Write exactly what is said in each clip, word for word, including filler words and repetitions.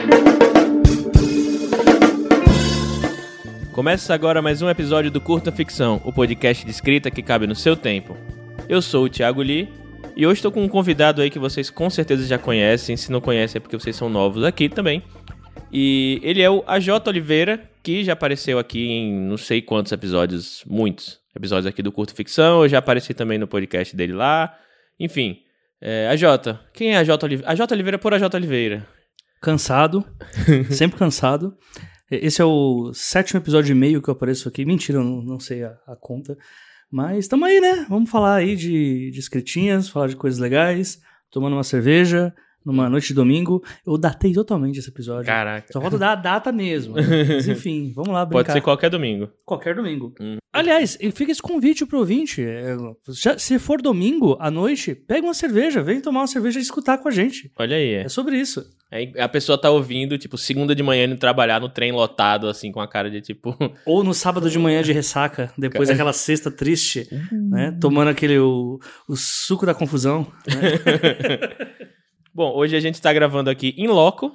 Começa agora mais um episódio do Curta Ficção, o podcast de escrita que cabe no seu tempo. Eu sou o Thiago Lee e hoje estou com um convidado aí que vocês com certeza já conhecem, se não conhecem é porque vocês são novos aqui também. E ele é o A J Oliveira, que já apareceu aqui em não sei quantos episódios, muitos episódios aqui do Curta Ficção, eu já apareci também no podcast dele lá, enfim. É, A J, quem é A J Oliveira? A J Oliveira por A J Oliveira. Cansado, sempre cansado. Esse é o sétimo episódio e meio que eu apareço aqui. Mentira, eu não, não sei a, a conta. Mas tamo aí, né? Vamos falar aí de, de escritinhas, falar de coisas legais, tomando uma cerveja, numa noite de domingo. Eu datei totalmente esse episódio. Caraca. Só falta dar a data mesmo. Mas enfim, vamos lá brincar. Pode ser qualquer domingo. Qualquer domingo. Hum. Aliás, fica esse convite pro ouvinte. É, já, se for domingo, à noite, pega uma cerveja, vem tomar uma cerveja e escutar com a gente. Olha aí. É, é sobre isso. Aí a pessoa tá ouvindo, tipo, segunda de manhã indo trabalhar no trem lotado, assim, com a cara de tipo... Ou no sábado de manhã de ressaca, depois daquela sexta triste, né? Tomando aquele, o, o suco da confusão, né? Bom, hoje a gente tá gravando aqui em loco.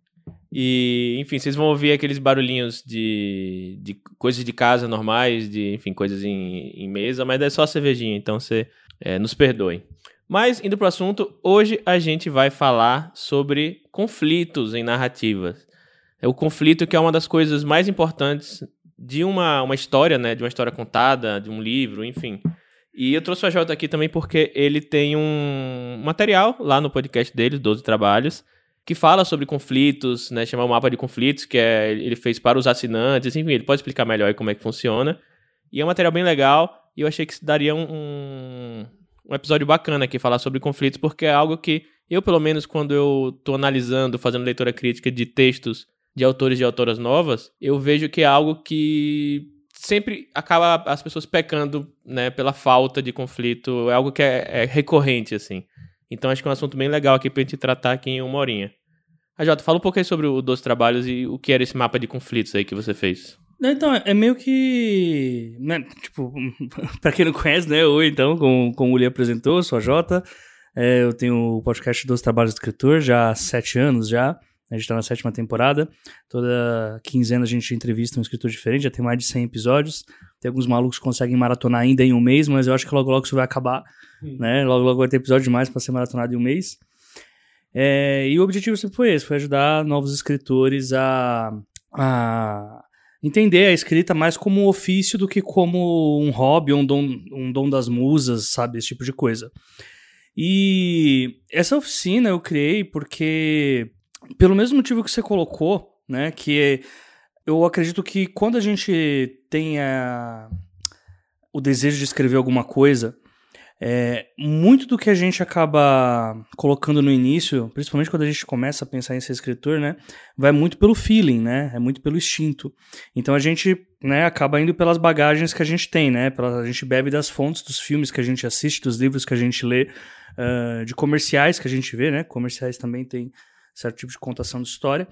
E, enfim, vocês vão ouvir aqueles barulhinhos de, de coisas de casa normais, de, enfim, coisas em, em mesa, mas é só cervejinha, então você é, nos perdoem. Mas, indo pro assunto, hoje a gente vai falar sobre conflitos em narrativas. É o conflito que é uma das coisas mais importantes de uma, uma história, né? De uma história contada, de um livro, enfim. E eu trouxe o A J aqui também porque ele tem um material lá no podcast dele, doze Trabalhos, que fala sobre conflitos, né? Chama o Mapa de Conflitos, que é, ele fez para os assinantes, enfim, ele pode explicar melhor aí como é que funciona. E é um material bem legal e eu achei que daria um... um um episódio bacana aqui, falar sobre conflitos, porque é algo que eu, pelo menos, quando eu tô analisando, fazendo leitura crítica de textos de autores e autoras novas, eu vejo que é algo que sempre acaba as pessoas pecando, né, pela falta de conflito, é algo que é, é recorrente, assim. Então acho que é um assunto bem legal aqui pra gente tratar aqui em uma horinha. A Jota, fala um pouco aí sobre o doze Trabalhos e o que era esse mapa de conflitos aí que você fez. Então, é meio que, né, tipo, pra quem não conhece, né, eu então, como, como o Lee apresentou, eu sou a Jota, é, eu tenho o podcast doze Trabalhos do Escritor já há sete anos já, a gente tá na sétima temporada, toda quinzena a gente entrevista um escritor diferente, já tem mais de cem episódios, tem alguns malucos que conseguem maratonar ainda em um mês, mas eu acho que logo logo isso vai acabar, hum. né, logo logo vai ter episódio demais pra ser maratonado em um mês, é, e o objetivo sempre foi esse, foi ajudar novos escritores a... a entender a escrita mais como um ofício do que como um hobby ou um dom, um dom das musas, sabe? Esse tipo de coisa. E essa oficina eu criei porque, pelo mesmo motivo que você colocou, né? Que é, eu acredito que quando a gente tem a, o desejo de escrever alguma coisa, é, muito do que a gente acaba colocando no início, principalmente quando a gente começa a pensar em ser escritor, né, vai muito pelo feeling, né, é muito pelo instinto. Então a gente, né, acaba indo pelas bagagens que a gente tem, né, a gente bebe das fontes dos filmes que a gente assiste, dos livros que a gente lê, uh, de comerciais que a gente vê, né, comerciais também tem certo tipo de contação de história,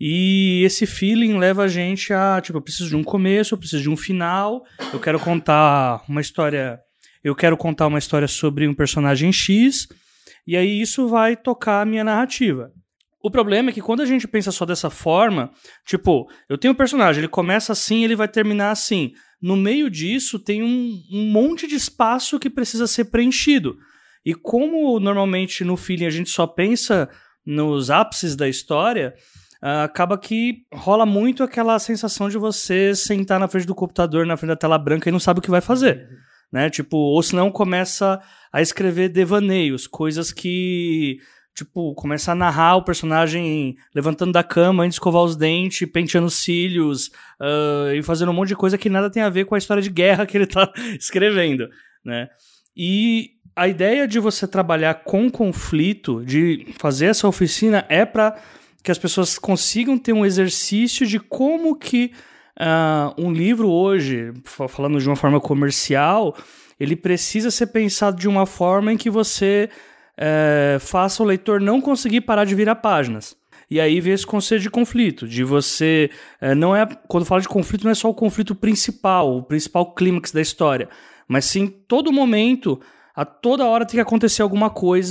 e esse feeling leva a gente a, tipo, eu preciso de um começo, eu preciso de um final, eu quero contar uma história... Eu quero contar uma história sobre um personagem X, e aí isso vai tocar a minha narrativa. O problema é que quando a gente pensa só dessa forma, tipo, eu tenho um personagem, ele começa assim, ele vai terminar assim. No meio disso tem um, um monte de espaço que precisa ser preenchido. E como normalmente no feeling a gente só pensa nos ápices da história, uh, acaba que rola muito aquela sensação de você sentar na frente do computador, na frente da tela branca e não sabe o que vai fazer. Né? Tipo, ou senão começa a escrever devaneios, coisas que, tipo, começa a narrar o personagem levantando da cama antes de escovar os dentes, penteando os cílios uh, e fazendo um monte de coisa que nada tem a ver com a história de guerra que ele tá escrevendo, né? E a ideia de você trabalhar com conflito, de fazer essa oficina, é para que as pessoas consigam ter um exercício de como que Uh, um livro hoje, falando de uma forma comercial, ele precisa ser pensado de uma forma em que você uh, faça o leitor não conseguir parar de virar páginas. E aí vem esse conceito de conflito, de você... Uh, não é, quando fala de conflito, não é só o conflito principal, o principal clímax da história, mas sim, todo momento, a toda hora tem que acontecer alguma coisa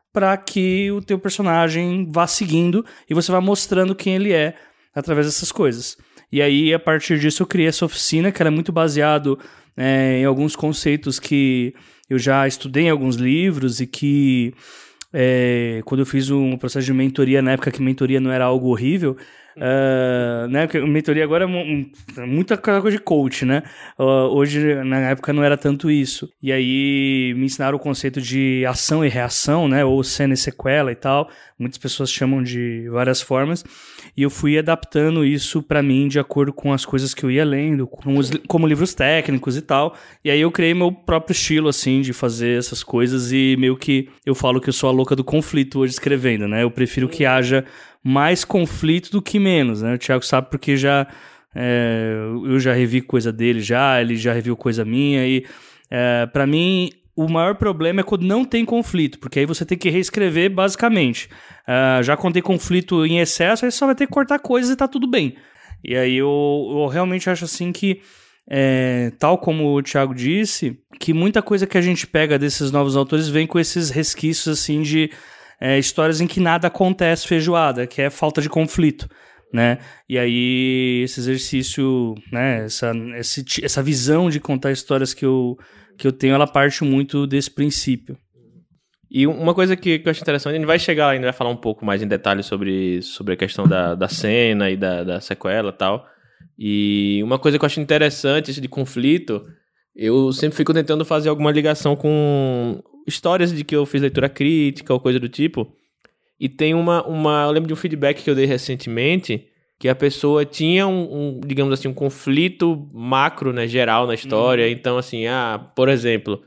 para que o teu personagem vá seguindo e você vai mostrando quem ele é através dessas coisas. E aí, a partir disso, eu criei essa oficina, que era muito baseado é, em alguns conceitos que eu já estudei em alguns livros e que, é, quando eu fiz um processo de mentoria, na época que mentoria não era algo horrível, Uh, né, porque mentoria agora é muita coisa de coach, né? Uh, hoje, na época, não era tanto isso. E aí me ensinaram o conceito de ação e reação, né? Ou cena e sequela e tal. Muitas pessoas chamam de várias formas. E eu fui adaptando isso pra mim de acordo com as coisas que eu ia lendo, como, os, como livros técnicos e tal. E aí eu criei meu próprio estilo, assim, de fazer essas coisas. E meio que eu falo que eu sou a louca do conflito hoje escrevendo, né? Eu prefiro que haja mais conflito do que menos, né? O Thiago sabe porque já é, eu já revi coisa dele já, ele já reviu coisa minha e é, pra mim o maior problema é quando não tem conflito, porque aí você tem que reescrever basicamente. É, já quando tem conflito em excesso, aí só vai ter que cortar coisas e tá tudo bem. E aí eu, eu realmente acho assim que é, tal como o Thiago disse, que muita coisa que a gente pega desses novos autores vem com esses resquícios assim de É, histórias em que nada acontece feijoada, que é falta de conflito, né? E aí esse exercício, né? Essa, esse, essa visão de contar histórias que eu, que eu tenho, ela parte muito desse princípio. E uma coisa que, que eu acho interessante, a gente vai chegar lá ainda, vai falar um pouco mais em detalhes sobre, sobre a questão da, da cena e da, da sequela e tal. E uma coisa que eu acho interessante, esse de conflito, eu sempre fico tentando fazer alguma ligação com histórias de que eu fiz leitura crítica ou coisa do tipo. E tem uma, uma... Eu lembro de um feedback que eu dei recentemente, que a pessoa tinha um, um digamos assim, um conflito macro, né, geral na história. Uhum. Então, assim, ah, por exemplo,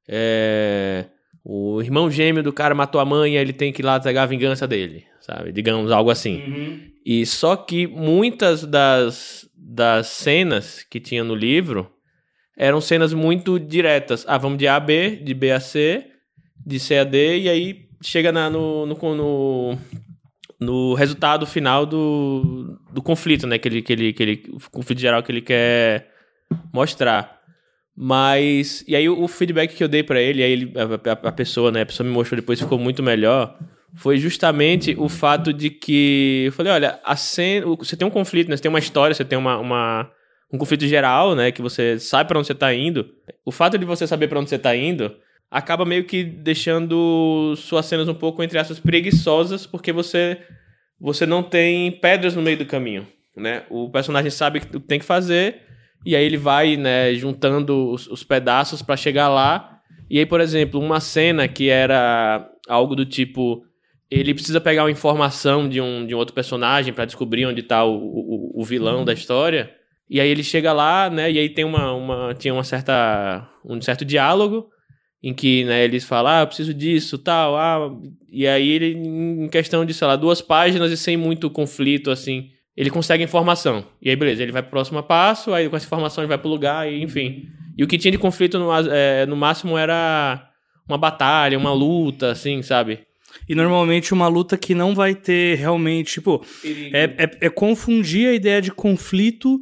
é, o irmão gêmeo do cara matou a mãe e ele tem que ir lá pegar a vingança dele, sabe? Digamos, algo assim. Uhum. E só que muitas das, das cenas que tinha no livro eram cenas muito diretas. Ah, vamos de A a B, de B a C, de C a D, e aí chega na, no, no, no, no resultado final do, do conflito, né? Que ele, que ele, que ele, o conflito geral que ele quer mostrar. Mas... E aí o feedback que eu dei pra ele, aí ele, a, a, a pessoa, né? A pessoa me mostrou depois, ficou muito melhor, foi justamente o fato de que... Eu falei, olha, a cena, você tem um conflito, né? Você tem uma história, você tem uma... uma um conflito geral, né, que você sabe pra onde você tá indo. O fato de você saber pra onde você tá indo acaba meio que deixando suas cenas um pouco, entre aspas, preguiçosas, porque você, você não tem pedras no meio do caminho, né? O personagem sabe o que tem que fazer, e aí ele vai, né, juntando os, os pedaços pra chegar lá. E aí, por exemplo, uma cena que era algo do tipo... Ele precisa pegar uma informação de um, de um outro personagem pra descobrir onde tá o, o, o vilão da história... E aí ele chega lá, né, e aí tem uma, uma, tinha uma certa, um certo diálogo em que, né, eles falam, ah, eu preciso disso, tal, ah, e aí ele, em questão de, sei lá, duas páginas e sem muito conflito, assim, ele consegue informação. E aí, beleza, ele vai pro próximo passo, aí com essa informação ele vai pro lugar, e, enfim. E o que tinha de conflito, no, é, no máximo, era uma batalha, uma luta, assim, sabe? E normalmente uma luta que não vai ter realmente, tipo, é, é, é confundir a ideia de conflito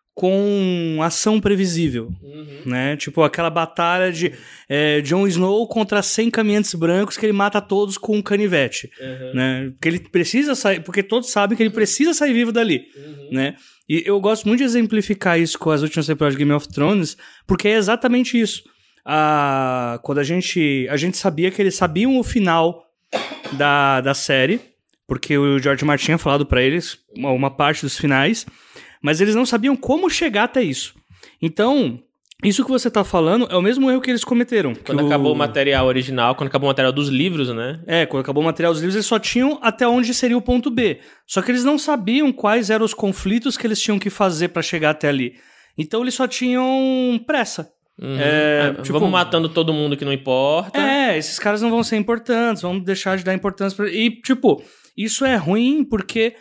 com ação previsível, uhum. né? Tipo, aquela batalha de é, Jon Snow contra cem caminhantes brancos que ele mata todos com um canivete, uhum. né? Porque ele precisa sair, porque todos sabem que ele precisa sair vivo dali, uhum. né? E eu gosto muito de exemplificar isso com as últimas temporadas de Game of Thrones, porque é exatamente isso. Ah, quando a gente, a gente sabia que eles sabiam o final da, da série, porque o George Martin tinha falado pra eles uma, uma parte dos finais, mas eles não sabiam como chegar até isso. Então, isso que você tá falando é o mesmo erro que eles cometeram. Quando acabou o... o material original, quando acabou o material dos livros, né? É, quando acabou o material dos livros, eles só tinham até onde seria o ponto B. Só que eles não sabiam quais eram os conflitos que eles tinham que fazer pra chegar até ali. Então, eles só tinham pressa. Uhum. É, é, tipo, vamos matando todo mundo que não importa. É, esses caras não vão ser importantes, vamos deixar de dar importância pra... E, tipo, isso é ruim porque...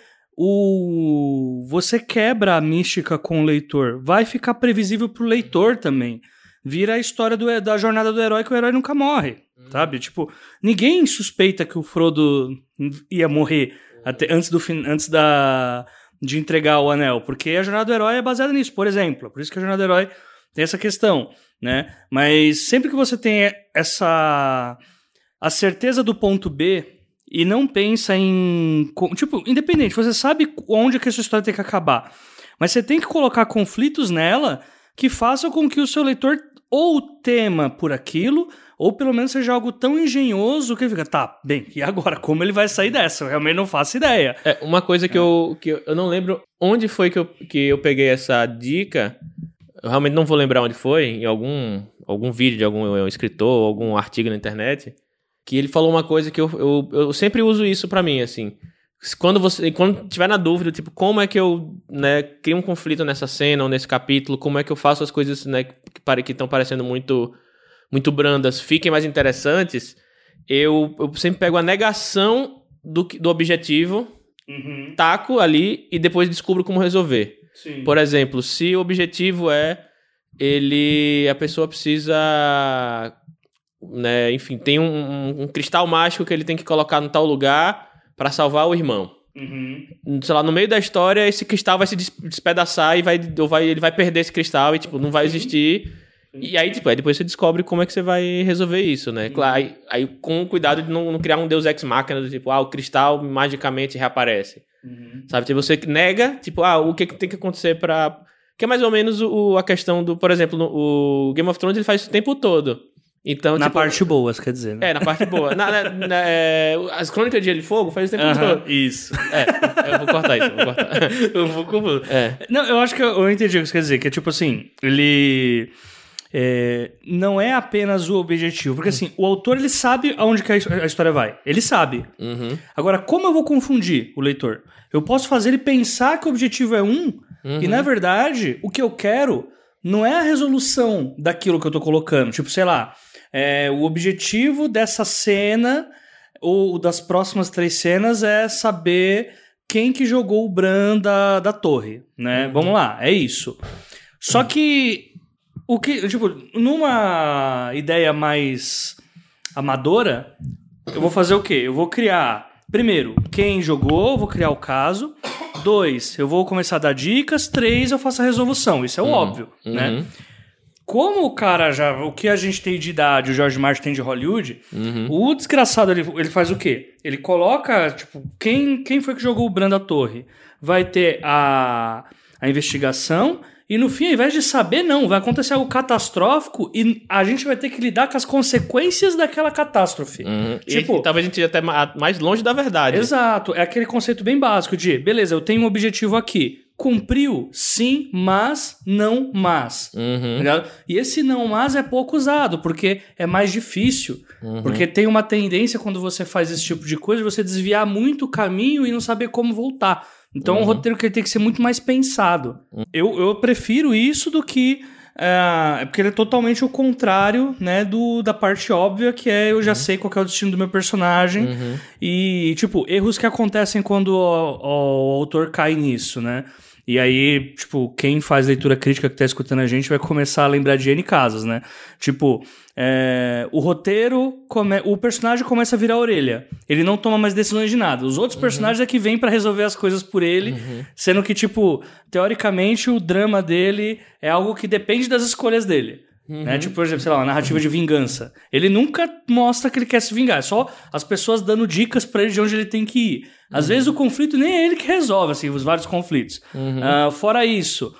O... Você quebra a mística com o leitor. Vai ficar previsível pro leitor também. Vira a história do, da jornada do herói que o herói nunca morre, uhum. sabe? Tipo, ninguém suspeita que o Frodo ia morrer uhum. até, antes, do, antes da, de entregar o anel, porque a jornada do herói é baseada nisso, por exemplo. Por isso que a jornada do herói tem essa questão, né? Mas sempre que você tem essa... a certeza do ponto B e não pensa em... Tipo, independente, você sabe onde que essa história tem que acabar, mas você tem que colocar conflitos nela que façam com que o seu leitor ou tema por aquilo, ou pelo menos seja algo tão engenhoso que ele fica, tá, bem, e agora? Como ele vai sair dessa? Eu realmente não faço ideia. É, uma coisa que, é. eu, que eu, eu não lembro onde foi que eu, que eu peguei essa dica, eu realmente não vou lembrar onde foi, em algum, algum vídeo de algum escritor, algum artigo na internet, que ele falou uma coisa que eu, eu, eu sempre uso isso pra mim, assim, quando você quando tiver na dúvida, tipo, como é que eu, né, crio um conflito nessa cena ou nesse capítulo, como é que eu faço as coisas, né, que estão parecendo muito, muito brandas, fiquem mais interessantes, eu, eu sempre pego a negação do, do objetivo, uhum. taco ali e depois descubro como resolver. Sim. Por exemplo, se o objetivo é ele, a pessoa precisa, né, enfim, tem um, um, um cristal mágico que ele tem que colocar no tal lugar para salvar o irmão. Uhum. Sei lá, no meio da história, esse cristal vai se despedaçar e vai, ou vai, ele vai perder esse cristal e, tipo, não vai existir. Sim. E aí, tipo, aí depois você descobre como é que você vai resolver isso, né? Uhum. Claro, aí, aí com cuidado de não, não criar um Deus Ex Machina, do tipo, ah, o cristal magicamente reaparece. Uhum. Sabe? Tipo, você nega, tipo, ah, o que, que tem que acontecer pra... Que é mais ou menos o, a questão do... Por exemplo, no, o Game of Thrones, ele faz isso o tempo todo. Então, na tipo, parte boa, você quer dizer, né? É, na parte boa. na, na, na, é, as Crônicas de Gelo e Fogo faz o tempo uh-huh, todo. Isso. É, eu vou cortar isso, eu vou cortar. eu vou cortar. É. Não, eu acho que eu, eu entendi o que você quer dizer, que é tipo assim, ele... É, não é apenas o objetivo, porque assim, o autor, ele sabe aonde que a, a história vai. Ele sabe. Uhum. Agora, como eu vou confundir o leitor? Eu posso fazer ele pensar que o objetivo é um, uhum. e na verdade, o que eu quero não é a resolução daquilo que eu tô colocando. Tipo, sei lá... É, o objetivo dessa cena ou das próximas três cenas é saber quem que jogou o Bran da, da torre, né? Uhum. Vamos lá, é isso. Só que, o que, tipo, numa ideia mais amadora, eu vou fazer o quê? Eu vou criar, primeiro, quem jogou, vou criar o caso. Dois, eu vou começar a dar dicas. Três, eu faço a resolução. Isso é o uhum. óbvio, uhum. né? Como o cara já... O que a gente tem de idade, o George Martin tem de Hollywood, uhum. o desgraçado, ele, ele faz o quê? Ele coloca, tipo, quem, quem foi que jogou o Bran da torre? Vai ter a, a investigação e, no fim, ao invés de saber, não, vai acontecer algo catastrófico e a gente vai ter que lidar com as consequências daquela catástrofe. Uhum. Tipo, e, e talvez a gente esteja até mais longe da verdade. Exato. É aquele conceito bem básico de, beleza, eu tenho um objetivo aqui. Cumpriu? Sim, mas, não, mas. Uhum. Tá, e esse não, mas é pouco usado, porque é mais difícil. Uhum. Porque tem uma tendência, quando você faz esse tipo de coisa, você desviar muito o caminho e não saber como voltar. Então, uhum. o roteiro que ele tem que ser muito mais pensado. Uhum. Eu, eu prefiro isso do que... É, porque ele é totalmente o contrário, né, do, da parte óbvia, que é eu já uhum. sei qual que é o destino do meu personagem. Uhum. E, tipo, erros que acontecem quando o, o, o autor cai nisso, né? E aí, tipo, quem faz leitura crítica que tá escutando a gente vai começar a lembrar de N casos, né? Tipo, é, o roteiro, come... o personagem começa a virar a orelha. Ele não toma mais decisões de nada. Os outros uhum. personagens é que vêm pra resolver as coisas por ele, uhum. sendo que, tipo, teoricamente, o drama dele é algo que depende das escolhas dele. Uhum. Né? Tipo, por exemplo, sei lá, uma narrativa uhum. de vingança. Ele nunca mostra que ele quer se vingar. É só as pessoas dando dicas pra ele de onde ele tem que ir. Às uhum. vezes o conflito nem é ele que resolve, assim, os vários conflitos. Uhum. Uh, fora isso,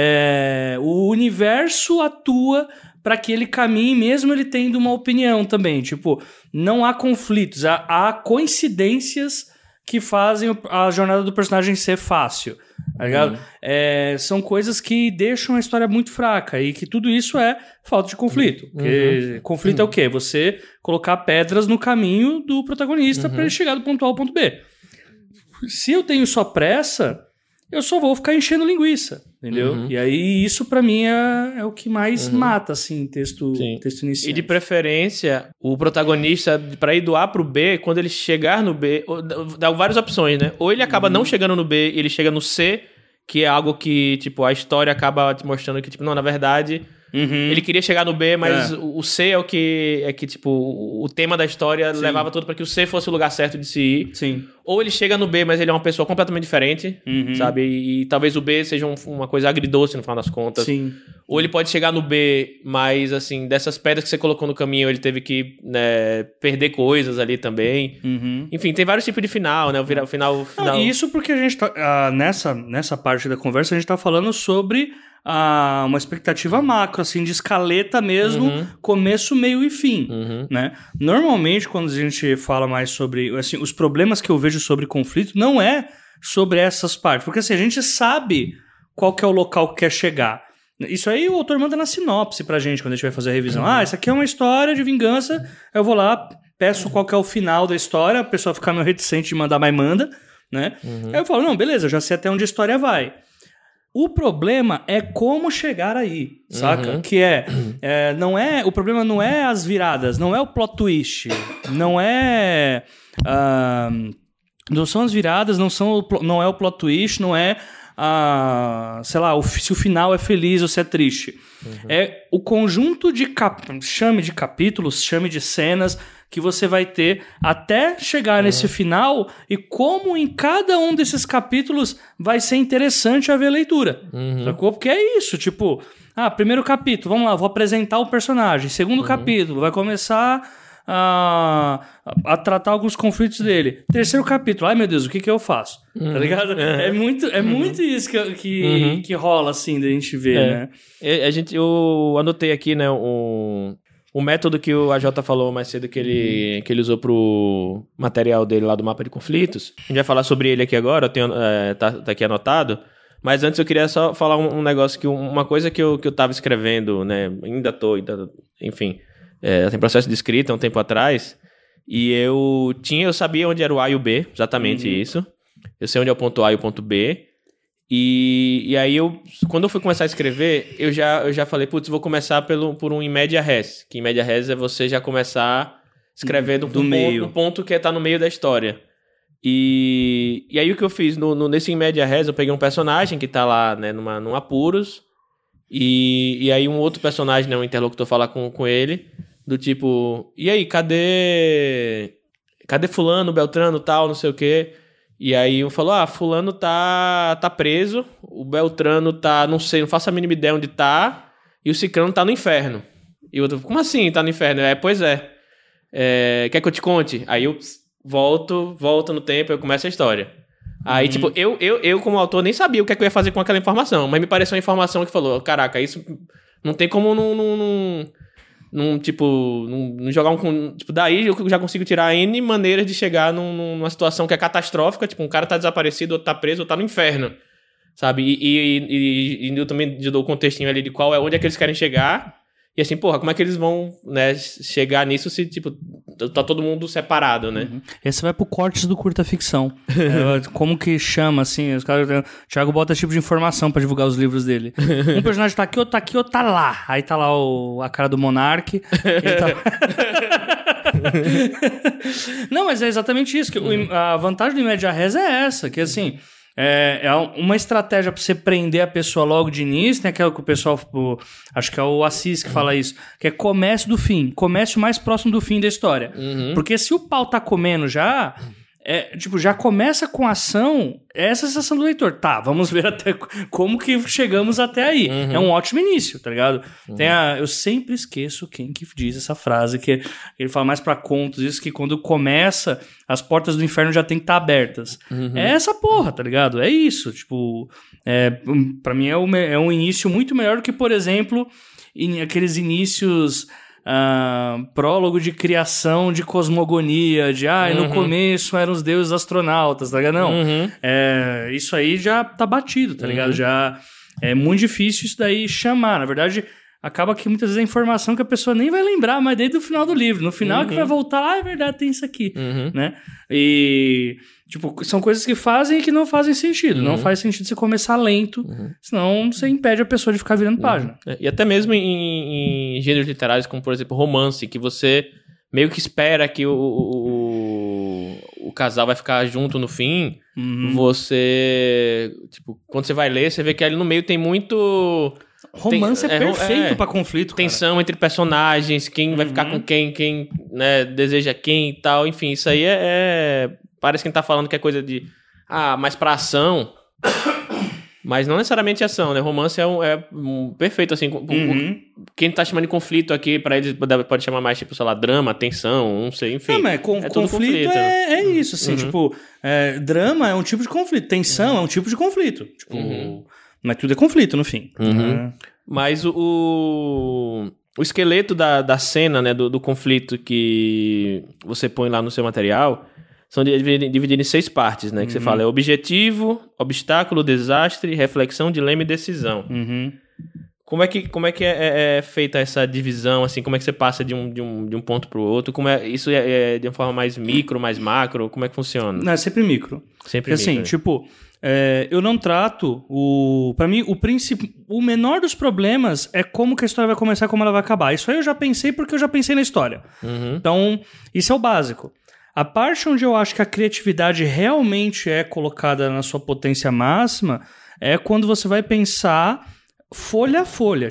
é, o universo atua para que ele caminhe, mesmo ele tendo uma opinião também. Tipo, não há conflitos, há, há coincidências que fazem a jornada do personagem ser fácil. Tá ligado? Uhum. É, são coisas que deixam a história muito fraca e que tudo isso é falta de conflito. Porque uhum. conflito uhum. é o quê? Você colocar pedras no caminho do protagonista uhum. para ele chegar do ponto A ao ponto B. Se eu tenho só pressa, eu só vou ficar enchendo linguiça, entendeu? Uhum. E aí isso pra mim é, é o que mais uhum. mata, assim, texto, texto inicial. E de preferência, o protagonista, pra ir do A pro B, quando ele chegar no B, dá várias opções, né? Ou ele acaba uhum. não chegando no B, ele chega no C, que é algo que, tipo, a história acaba te mostrando que, tipo, não, na verdade, Uhum. Ele queria chegar no B, mas É. o C é o que, é que tipo, o, o tema da história Sim. levava tudo pra que o C fosse o lugar certo de se ir. Sim. Ou ele chega no B, mas ele é uma pessoa completamente diferente, Uhum. sabe? E, e talvez o B seja um- uma coisa agridoce no final das contas. Sim. Ou ele pode chegar no B, mas, assim, dessas pedras que você colocou no caminho, ele teve que, né, perder coisas ali também. Uhum. Enfim, tem vários tipos de final, né? O, vira- o final... o final... Não, isso porque a gente tá. ah, nessa, nessa parte da conversa, a gente tá falando sobre ah, uma expectativa macro, assim, de escaleta mesmo, Uhum. começo, meio e fim. Uhum. Né? Normalmente, quando a gente fala mais sobre. Assim, os problemas que eu vejo sobre conflito não é sobre essas partes. Porque assim, a gente sabe qual que é o local que quer chegar. Isso aí o autor manda na sinopse pra gente quando a gente vai fazer a revisão. Uhum. Ah, isso aqui é uma história de vingança. Eu vou lá, peço qual que é o final da história, a pessoa fica meio reticente de mandar, mas manda, né? Uhum. Aí eu falo, não, beleza, eu já sei até onde a história vai. O problema é como chegar aí, saca? Uhum. Que é, é, não é, o problema não é as viradas, não é o plot twist, não é, ah, não são as viradas, não são, o plo- não é o plot twist, não é a, sei lá, o, fi- se o final é feliz ou se é triste. Uhum. É o conjunto de cap, chame de capítulos, chame de cenas que você vai ter até chegar Uhum. nesse final e como em cada um desses capítulos vai ser interessante a ver a leitura. Uhum. Sacou? Porque é isso, tipo, ah, primeiro capítulo, vamos lá, vou apresentar o personagem. Segundo Uhum. capítulo, vai começar a, a tratar alguns conflitos dele. Terceiro capítulo, ai meu Deus, o que que eu faço? Tá ligado? É muito, é muito isso que, que, Uhum. que rola, assim, da gente ver, É. né? E- A gente, eu anotei aqui, né, um, um método que o A J falou mais cedo que ele, que ele usou pro material dele lá do mapa de conflitos. A gente vai falar sobre ele aqui agora, eu tenho, é, tá, tá aqui anotado. Mas antes eu queria só falar um, um negócio, que uma coisa que eu, que eu tava escrevendo, né, ainda tô, ainda, enfim, é, tem processo de escrita há um tempo atrás, e eu tinha, eu sabia onde era o A e o B, exatamente Uhum. isso. Eu sei onde é o ponto A e o ponto B. E, e aí, eu, quando eu fui começar a escrever, eu já, eu já falei, putz, vou começar pelo, por um in media res. Que in media res é você já começar escrevendo Do um, meio. Ponto, um ponto que tá no meio da história. E, e aí, o que eu fiz? No, no, nesse in media res, eu peguei um personagem que tá lá, né, numa, num apuros. E, e aí, um outro personagem, né, um interlocutor, fala com, com ele, do tipo, e aí, cadê... Cadê fulano, Beltrano, tal, não sei o quê... E aí um falou, ah, fulano tá, tá preso, o Beltrano tá, não sei, não faço a mínima ideia onde tá, e o Cicrano tá no inferno. E o outro, como assim tá no inferno? É, pois é. é. Quer que eu te conte? Aí eu pss, volto, volto no tempo, eu começo a história. Aí, Uhum. tipo, eu, eu, eu como autor nem sabia o que, é que eu ia fazer com aquela informação, mas me pareceu uma informação que falou, caraca, isso não tem como não... não, não Num, tipo, num, num jogar um... Tipo, daí eu já consigo tirar N maneiras de chegar num, numa situação que é catastrófica. Tipo, um cara tá desaparecido, outro tá preso, outro tá no inferno. Sabe? E, e, e, e eu também dou o contextinho ali de qual é, onde é que eles querem chegar. E assim, porra, como é que eles vão, né, chegar nisso se, tipo, tá todo mundo separado, né? Uhum. Esse vai pro cortes do curta ficção. É, como que chama, assim, os caras... O Thiago bota esse tipo de informação pra divulgar os livros dele. Um personagem tá aqui, outro tá aqui, outro tá lá. Aí tá lá o, a cara do Monark. Ele tá... Não, mas é exatamente isso. Que o, a vantagem do In Media Res é essa, que assim... É, é uma estratégia pra você prender a pessoa logo de início, tem aquela que o pessoal, o, acho que é o Assis que fala isso, que é comece do fim, comece o mais próximo do fim da história. Uhum. Porque se o pau tá comendo já, é, tipo, já começa com ação, essa é a sensação do leitor. Tá, vamos ver até como que chegamos até aí. Uhum. É um ótimo início, tá ligado? Uhum. Tem a, eu sempre esqueço quem que diz essa frase, que ele fala mais pra contos, isso que quando começa, as portas do inferno já tem que estar abertas. Uhum. É essa porra, tá ligado? É isso, tipo, é, pra mim é, uma, é um início muito melhor do que, por exemplo, em aqueles inícios... Uh, prólogo de criação de cosmogonia, de ah, Uhum. no começo eram os deuses astronautas, tá ligado? Não, Uhum. é, isso aí já tá batido, tá ligado? Uhum. Já é muito difícil isso daí chamar. Na verdade, acaba que muitas vezes é informação que a pessoa nem vai lembrar, mas desde o final do livro. No final é que Uhum. vai voltar, ah, é verdade, tem isso aqui, Uhum. né? E, tipo, são coisas que fazem e que não fazem sentido. Uhum. Não faz sentido você começar lento, Uhum. senão você impede a pessoa de ficar virando página. É, e até mesmo em, em gêneros literários, como por exemplo romance, que você meio que espera que o, o, o casal vai ficar junto no fim, Uhum. você, tipo, quando você vai ler, você vê que ali no meio tem muito... Romance tem, é perfeito é, pra conflito, cara. Tensão entre personagens, quem uhum. vai ficar com quem, quem né, deseja quem e tal. Enfim, isso aí é, é... Parece que a gente tá falando que é coisa de... Ah, mais pra ação... Mas não necessariamente ação, né? Romance é um, é um perfeito, assim. Uhum. Quem tá chamando de conflito aqui, pra eles pode, pode chamar mais, tipo, sei lá, drama, tensão, não sei, enfim. Não, mas com, é conflito, conflito é, é isso, assim, uhum. tipo, é, drama é um tipo de conflito, tensão uhum. é um tipo de conflito. Tipo, uhum. Mas tudo é conflito, no fim. Uhum. É. Mas o, o, o esqueleto da, da cena, né, do, do conflito que você põe lá no seu material... São divididos em seis partes, né? Que uhum. você fala é objetivo, obstáculo, desastre, reflexão, dilema e decisão. Uhum. Como é que, como é, que é, é, é feita essa divisão, assim? Como é que você passa de um, de um, de um ponto para o outro? Como é, isso é, é de uma forma mais micro, mais macro? Como é que funciona? Não, é sempre micro. Sempre Porque, micro. assim, né? tipo, é, eu não trato o... Pra mim, o principal... O menor dos problemas é como que a história vai começar e como ela vai acabar. Isso aí eu já pensei porque eu já pensei na história. Uhum. Então, isso é o básico. A parte onde eu acho que a criatividade realmente é colocada na sua potência máxima é quando você vai pensar folha a folha.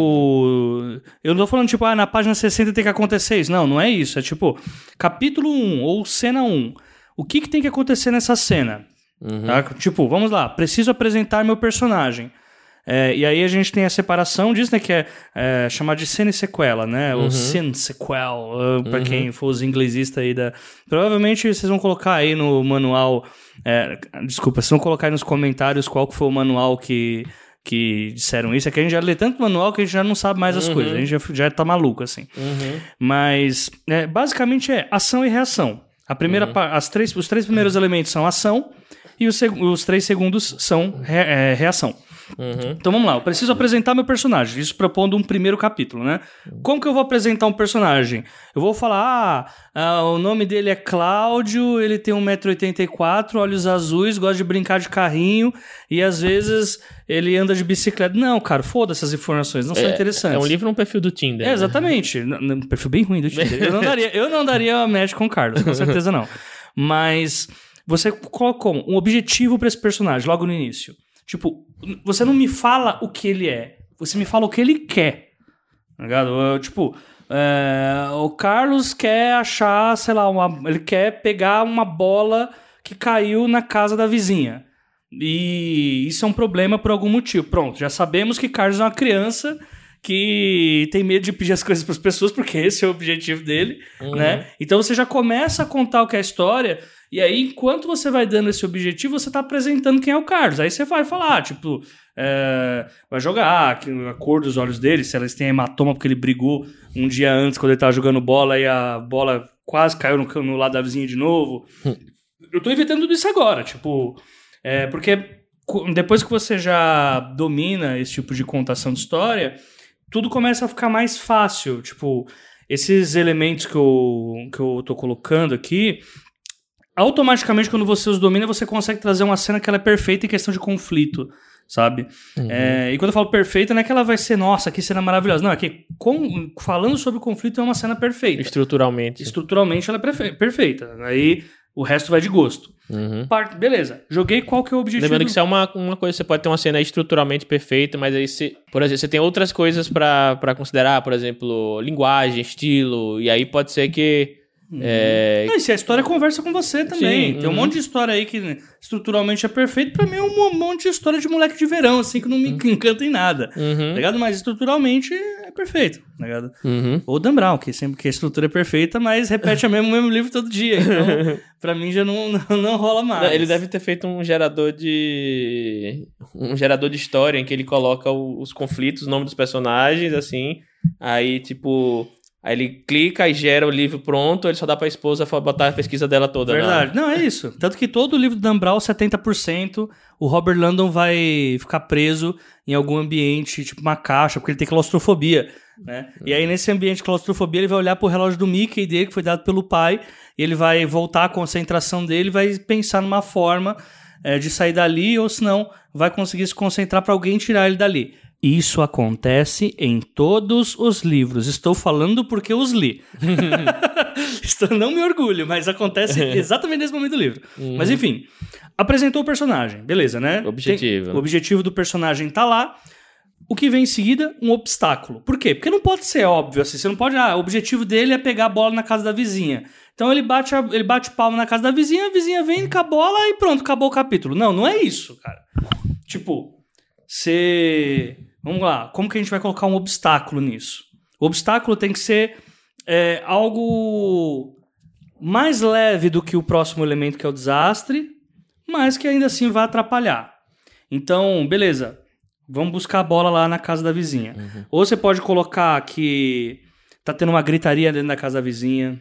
Tipo, eu não tô falando tipo, ah, na página sessenta tem que acontecer isso. Não, não é isso. É tipo, capítulo um ou cena um. O que, que tem que acontecer nessa cena? Uhum. Tá? Tipo, vamos lá, preciso apresentar meu personagem. É, e aí a gente tem a separação disso, né, que é, é chamado de cena e sequela, né, uhum. ou scene sequel, uh, pra uhum. quem for os inglesistas aí da... Provavelmente vocês vão colocar aí no manual, é, desculpa, vocês vão colocar aí nos comentários qual que foi o manual que, que disseram isso, é que a gente já lê tanto manual que a gente já não sabe mais as uhum. coisas, a gente já, já tá maluco, assim. Uhum. Mas, é, basicamente é ação e reação. A primeira, uhum. as três, os três primeiros elementos são ação e os, seg- os três segundos são re- é, reação. Uhum. Então vamos lá, eu preciso apresentar meu personagem, isso propondo um primeiro capítulo, né? Como que eu vou apresentar um personagem? Eu vou falar, ah, ah o nome dele é Cláudio, ele tem um metro e oitenta e quatro, olhos azuis, gosta de brincar de carrinho e às vezes ele anda de bicicleta. Não, cara, foda essas informações, não é, são interessantes. É um livro no perfil do Tinder. É, exatamente, né? Um perfil bem ruim do Tinder. Eu não daria, eu não daria a match com o Carlos, com certeza não. Mas você colocou um objetivo para esse personagem logo no início. Tipo, você não me fala o que ele é, você me fala o que ele quer, tá ligado? Eu, tipo, é, o Carlos quer achar, sei lá, uma, ele quer pegar uma bola que caiu na casa da vizinha. E isso é um problema por algum motivo. Pronto, já sabemos que Carlos é uma criança que tem medo de pedir as coisas para as pessoas, porque esse é o objetivo dele, uhum. né? Então você já começa a contar o que é a história... E aí, enquanto você vai dando esse objetivo, você tá apresentando quem é o Carlos. Aí você vai falar, tipo, é, vai jogar a cor dos olhos dele, se eles têm hematoma porque ele brigou um dia antes quando ele tava jogando bola e a bola quase caiu no, no lado da vizinha de novo. Eu tô inventando tudo isso agora, tipo, é, porque depois que você já domina esse tipo de contação de história, tudo começa a ficar mais fácil. Tipo, esses elementos que eu, que eu tô colocando aqui... Automaticamente, quando você os domina, você consegue trazer uma cena que ela é perfeita em questão de conflito, sabe? Uhum. É, e quando eu falo perfeita, não é que ela vai ser, nossa, que cena maravilhosa. Não, é que com, falando sobre o conflito é uma cena perfeita. Estruturalmente. Estruturalmente ela é perfe- perfeita. Aí o resto vai de gosto. Uhum. Part... Beleza, joguei qual que é o objetivo. Lembrando do... que isso é uma, uma coisa, você pode ter uma cena estruturalmente perfeita, mas aí você, por exemplo, você tem outras coisas pra, pra considerar, por exemplo, linguagem, estilo, e aí pode ser que Uhum. É... Não, e se a história conversa com você também. Sim, tem um uhum. monte de história aí que estruturalmente é perfeito. Pra mim é um monte de história de moleque de verão, assim, que não me uhum. encanta em nada. Uhum. Tá ligado? Mas estruturalmente é perfeito. Tá ligado? Uhum. Ou Dan Brown, que sempre que a estrutura é perfeita, mas repete o mesmo, mesmo livro todo dia. Então, pra mim já não, não, não rola mais. Ele deve ter feito um gerador de. Um gerador de história em que ele coloca os conflitos, o nome dos personagens, assim. Aí, tipo. Aí ele clica e gera o livro pronto, ele só dá pra esposa botar a pesquisa dela toda. Verdade. Não, é isso. Tanto que todo o livro do Dan Brown, setenta por cento, o Robert Landon vai ficar preso em algum ambiente, tipo uma caixa, porque ele tem claustrofobia, né? Uhum. E aí nesse ambiente de claustrofobia ele vai olhar pro relógio do Mickey dele, que foi dado pelo pai, e ele vai voltar à concentração dele e vai pensar numa forma é, de sair dali, ou senão vai conseguir se concentrar pra alguém tirar ele dali. Isso acontece em todos os livros. Estou falando porque os li. Estou, não me orgulho, mas acontece exatamente nesse momento do livro. Uhum. Mas enfim, apresentou o personagem. Beleza, né? Objetivo. Tem, o objetivo do personagem tá lá. o que vem em seguida? Um obstáculo. Por quê? Porque não pode ser óbvio assim. Você não pode... Ah, o objetivo dele é pegar a bola na casa da vizinha. Então ele bate, a, ele bate palma na casa da vizinha, a vizinha vem com a bola e pronto, acabou o capítulo. Não, não é isso, cara. Tipo, você... Vamos lá. Como que a gente vai colocar um obstáculo nisso? O obstáculo tem que ser é, algo mais leve do que o próximo elemento, que é o desastre, mas que ainda assim vai atrapalhar. Então, beleza. Vamos buscar a bola lá na casa da vizinha. Uhum. Ou você pode colocar que tá tendo uma gritaria dentro da casa da vizinha.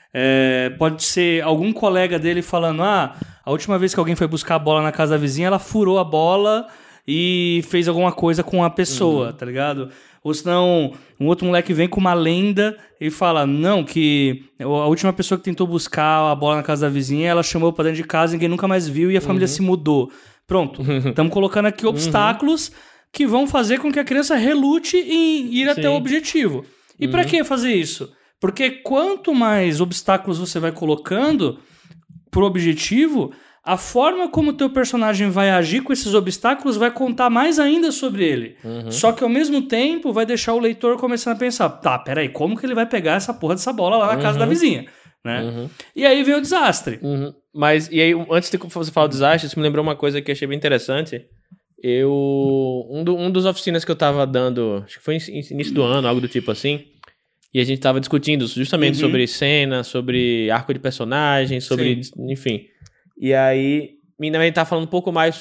É, pode ser algum colega dele falando: ah, a última vez que alguém foi buscar a bola na casa da vizinha, ela furou a bola e fez alguma coisa com a pessoa, uhum. tá ligado? Ou senão, um outro moleque vem com uma lenda e fala, não, que a última pessoa que tentou buscar a bola na casa da vizinha, ela chamou pra dentro de casa, ninguém nunca mais viu e a família uhum. se mudou. Pronto, estamos colocando aqui obstáculos uhum. que vão fazer com que a criança relute em ir Sim. até o objetivo. E uhum. pra que fazer isso? Porque quanto mais obstáculos você vai colocando pro objetivo, a forma como o teu personagem vai agir com esses obstáculos vai contar mais ainda sobre ele. Uhum. Só que ao mesmo tempo vai deixar o leitor começando a pensar, tá, peraí, como que ele vai pegar essa porra dessa bola lá na uhum. casa da vizinha? Né? Uhum. E aí vem o desastre. Uhum. Mas, e aí, antes de você falar do desastre, isso me lembrou uma coisa que eu achei bem interessante. Eu, um, do, um dos oficinas que eu tava dando, acho que foi início do ano, algo do tipo assim, e a gente tava discutindo justamente uhum. sobre cena, sobre arco de personagem, sobre, Sim. enfim... E aí, a gente tá falando um pouco mais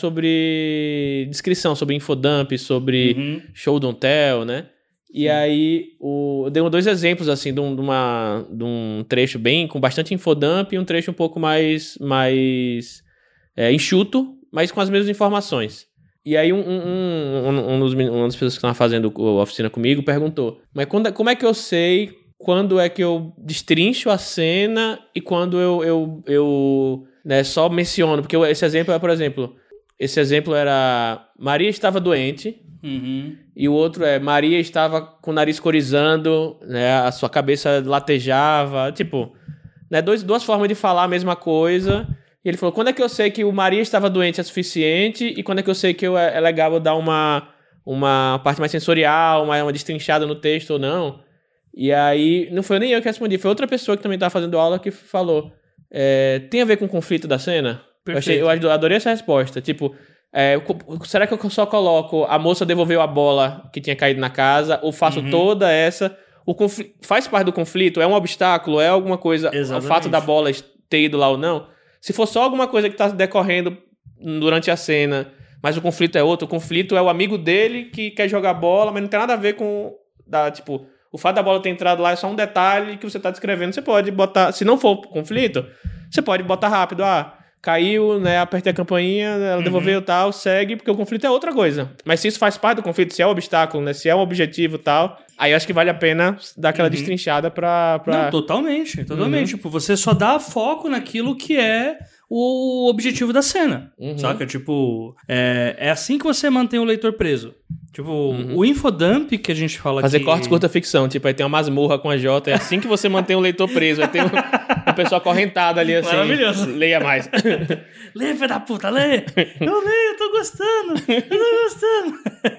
sobre descrição, sobre infodump, sobre uhum. show don't tell, né? E Sim. aí, o, eu dei dois exemplos, assim, de um, de, uma, de um trecho bem, com bastante infodump e um trecho um pouco mais, mais é, enxuto, mas com as mesmas informações. E aí, um, um, um, um dos, uma das pessoas que estavam fazendo a oficina comigo perguntou, mas quando, como é que eu sei quando é que eu destrincho a cena e quando eu... eu, eu né, só menciono, porque esse exemplo é, por exemplo, esse exemplo era Maria estava doente, uhum. e o outro é Maria estava com o nariz corizando, né, a sua cabeça latejava, tipo, né, dois, duas formas de falar a mesma coisa, e ele falou, quando é que eu sei que o Maria estava doente é suficiente, e quando é que eu sei que eu, é, é legal eu dar uma, uma parte mais sensorial, uma, uma destrinchada no texto ou não, e aí, não foi nem eu que respondi, foi outra pessoa que também estava fazendo aula que falou, É, tem a ver com o conflito da cena? Eu, achei, eu adorei essa resposta. Tipo, é, será que eu só coloco a moça devolveu a bola que tinha caído na casa ou faço uhum. toda essa... O confl... Faz parte do conflito? É um obstáculo? É alguma coisa... Exatamente. O fato da bola ter ido lá ou não? Se for só alguma coisa que está decorrendo durante a cena, mas o conflito é outro, o conflito é o amigo dele que quer jogar bola, mas não tem nada a ver com... Da, tipo... O fato da bola ter entrado lá é só um detalhe que você está descrevendo. Você pode botar... Se não for conflito, você pode botar rápido. Ah, caiu, né? Apertei a campainha, ela uhum. devolveu e tal, segue, porque o conflito é outra coisa. Mas se isso faz parte do conflito, se é um obstáculo, né? Se é um objetivo e tal, aí eu acho que vale a pena dar aquela uhum. destrinchada pra, pra... Não, totalmente. Totalmente. Uhum. Tipo, você só dá foco naquilo que é o objetivo da cena. Uhum. Saca? Tipo, é, é assim que você mantém o leitor preso. Tipo, uhum. o infodump que a gente fala Fazer aqui... Fazer cortes curta ficção. Tipo, aí tem uma masmorra com a J. É assim que você mantém o leitor preso. Aí tem um, uma pessoa acorrentada ali assim. Maravilhoso. Leia mais. Lê, filho da puta, lê. Eu leio, eu tô gostando. Eu tô gostando.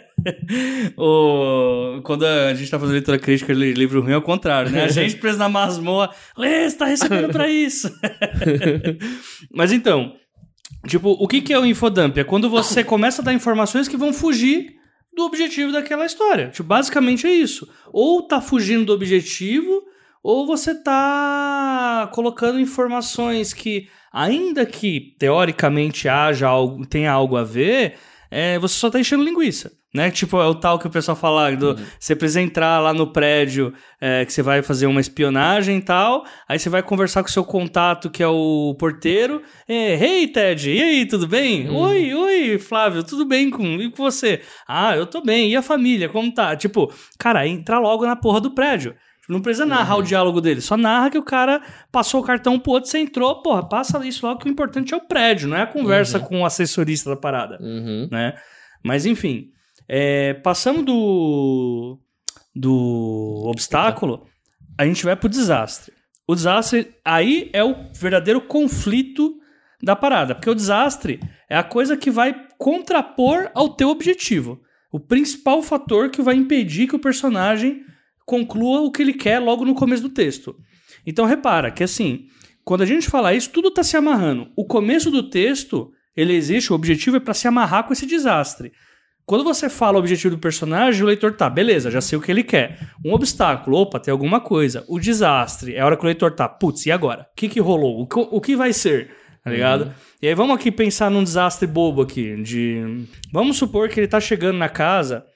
o, quando a gente tá fazendo leitura crítica de livro ruim, é o contrário, né? A gente preso na masmorra. Lê, você tá recebendo pra isso. Mas então, tipo, o que que é o infodump? É quando você começa a dar informações que vão fugir do objetivo daquela história. Tipo, basicamente é isso. Ou tá fugindo do objetivo, ou você tá colocando informações que, ainda que teoricamente haja algo, tenha algo a ver, é, você só tá enchendo linguiça. Né? Tipo, é o tal que o pessoal fala, do, uhum. você precisa entrar lá no prédio, é, que você vai fazer uma espionagem e tal, aí você vai conversar com o seu contato, que é o porteiro, é, hey, Ted, e aí, tudo bem? Uhum. Oi, oi, Flávio, tudo bem com, e com você? Ah, eu tô bem, e a família, como tá? Tipo, cara, entra logo na porra do prédio. Não precisa narrar uhum. o diálogo dele, só narra que o cara passou o cartão pro outro, você entrou, porra, passa isso logo, que o importante é o prédio, não é a conversa uhum. com o assessorista da parada, uhum. né? Mas, enfim... É, passando do, do obstáculo, a gente vai pro desastre. O desastre, aí é o verdadeiro conflito da parada, porque o desastre é a coisa que vai contrapor ao teu objetivo. O principal fator que vai impedir que o personagem conclua o que ele quer logo no começo do texto. Então repara que assim, quando a gente fala isso, tudo está se amarrando. O começo do texto, ele existe, o objetivo é para se amarrar com esse desastre. Quando você fala o objetivo do personagem, o leitor tá, beleza, já sei o que ele quer. Um obstáculo, opa, tem alguma coisa. O desastre, é a hora que o leitor tá, putz, e agora? O que que rolou? O que, o que vai ser? Tá ligado? Uhum. E aí vamos aqui pensar num desastre bobo aqui, de... Vamos supor que ele tá chegando na casa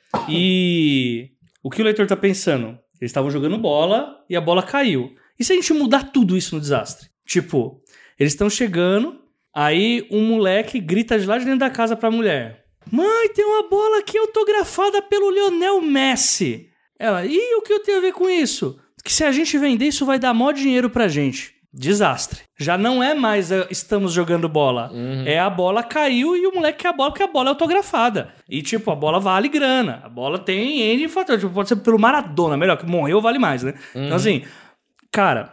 e... O que o leitor tá pensando? Eles estavam jogando bola e a bola caiu. E se a gente mudar tudo isso no desastre? Tipo, eles estão chegando, aí um moleque grita de lá de dentro da casa pra mulher. Mãe, tem uma bola aqui autografada pelo Lionel Messi. Ela, e o que eu tenho a ver com isso? Que se a gente vender, isso vai dar maior dinheiro pra gente. Desastre. Já não é mais uh, estamos jogando bola. Uhum. É a bola caiu e o moleque quer a bola porque a bola é autografada. E tipo, a bola vale grana. A bola tem N fatores. Tipo, pode ser pelo Maradona, melhor, que morreu vale mais, né? Uhum. Então assim, cara...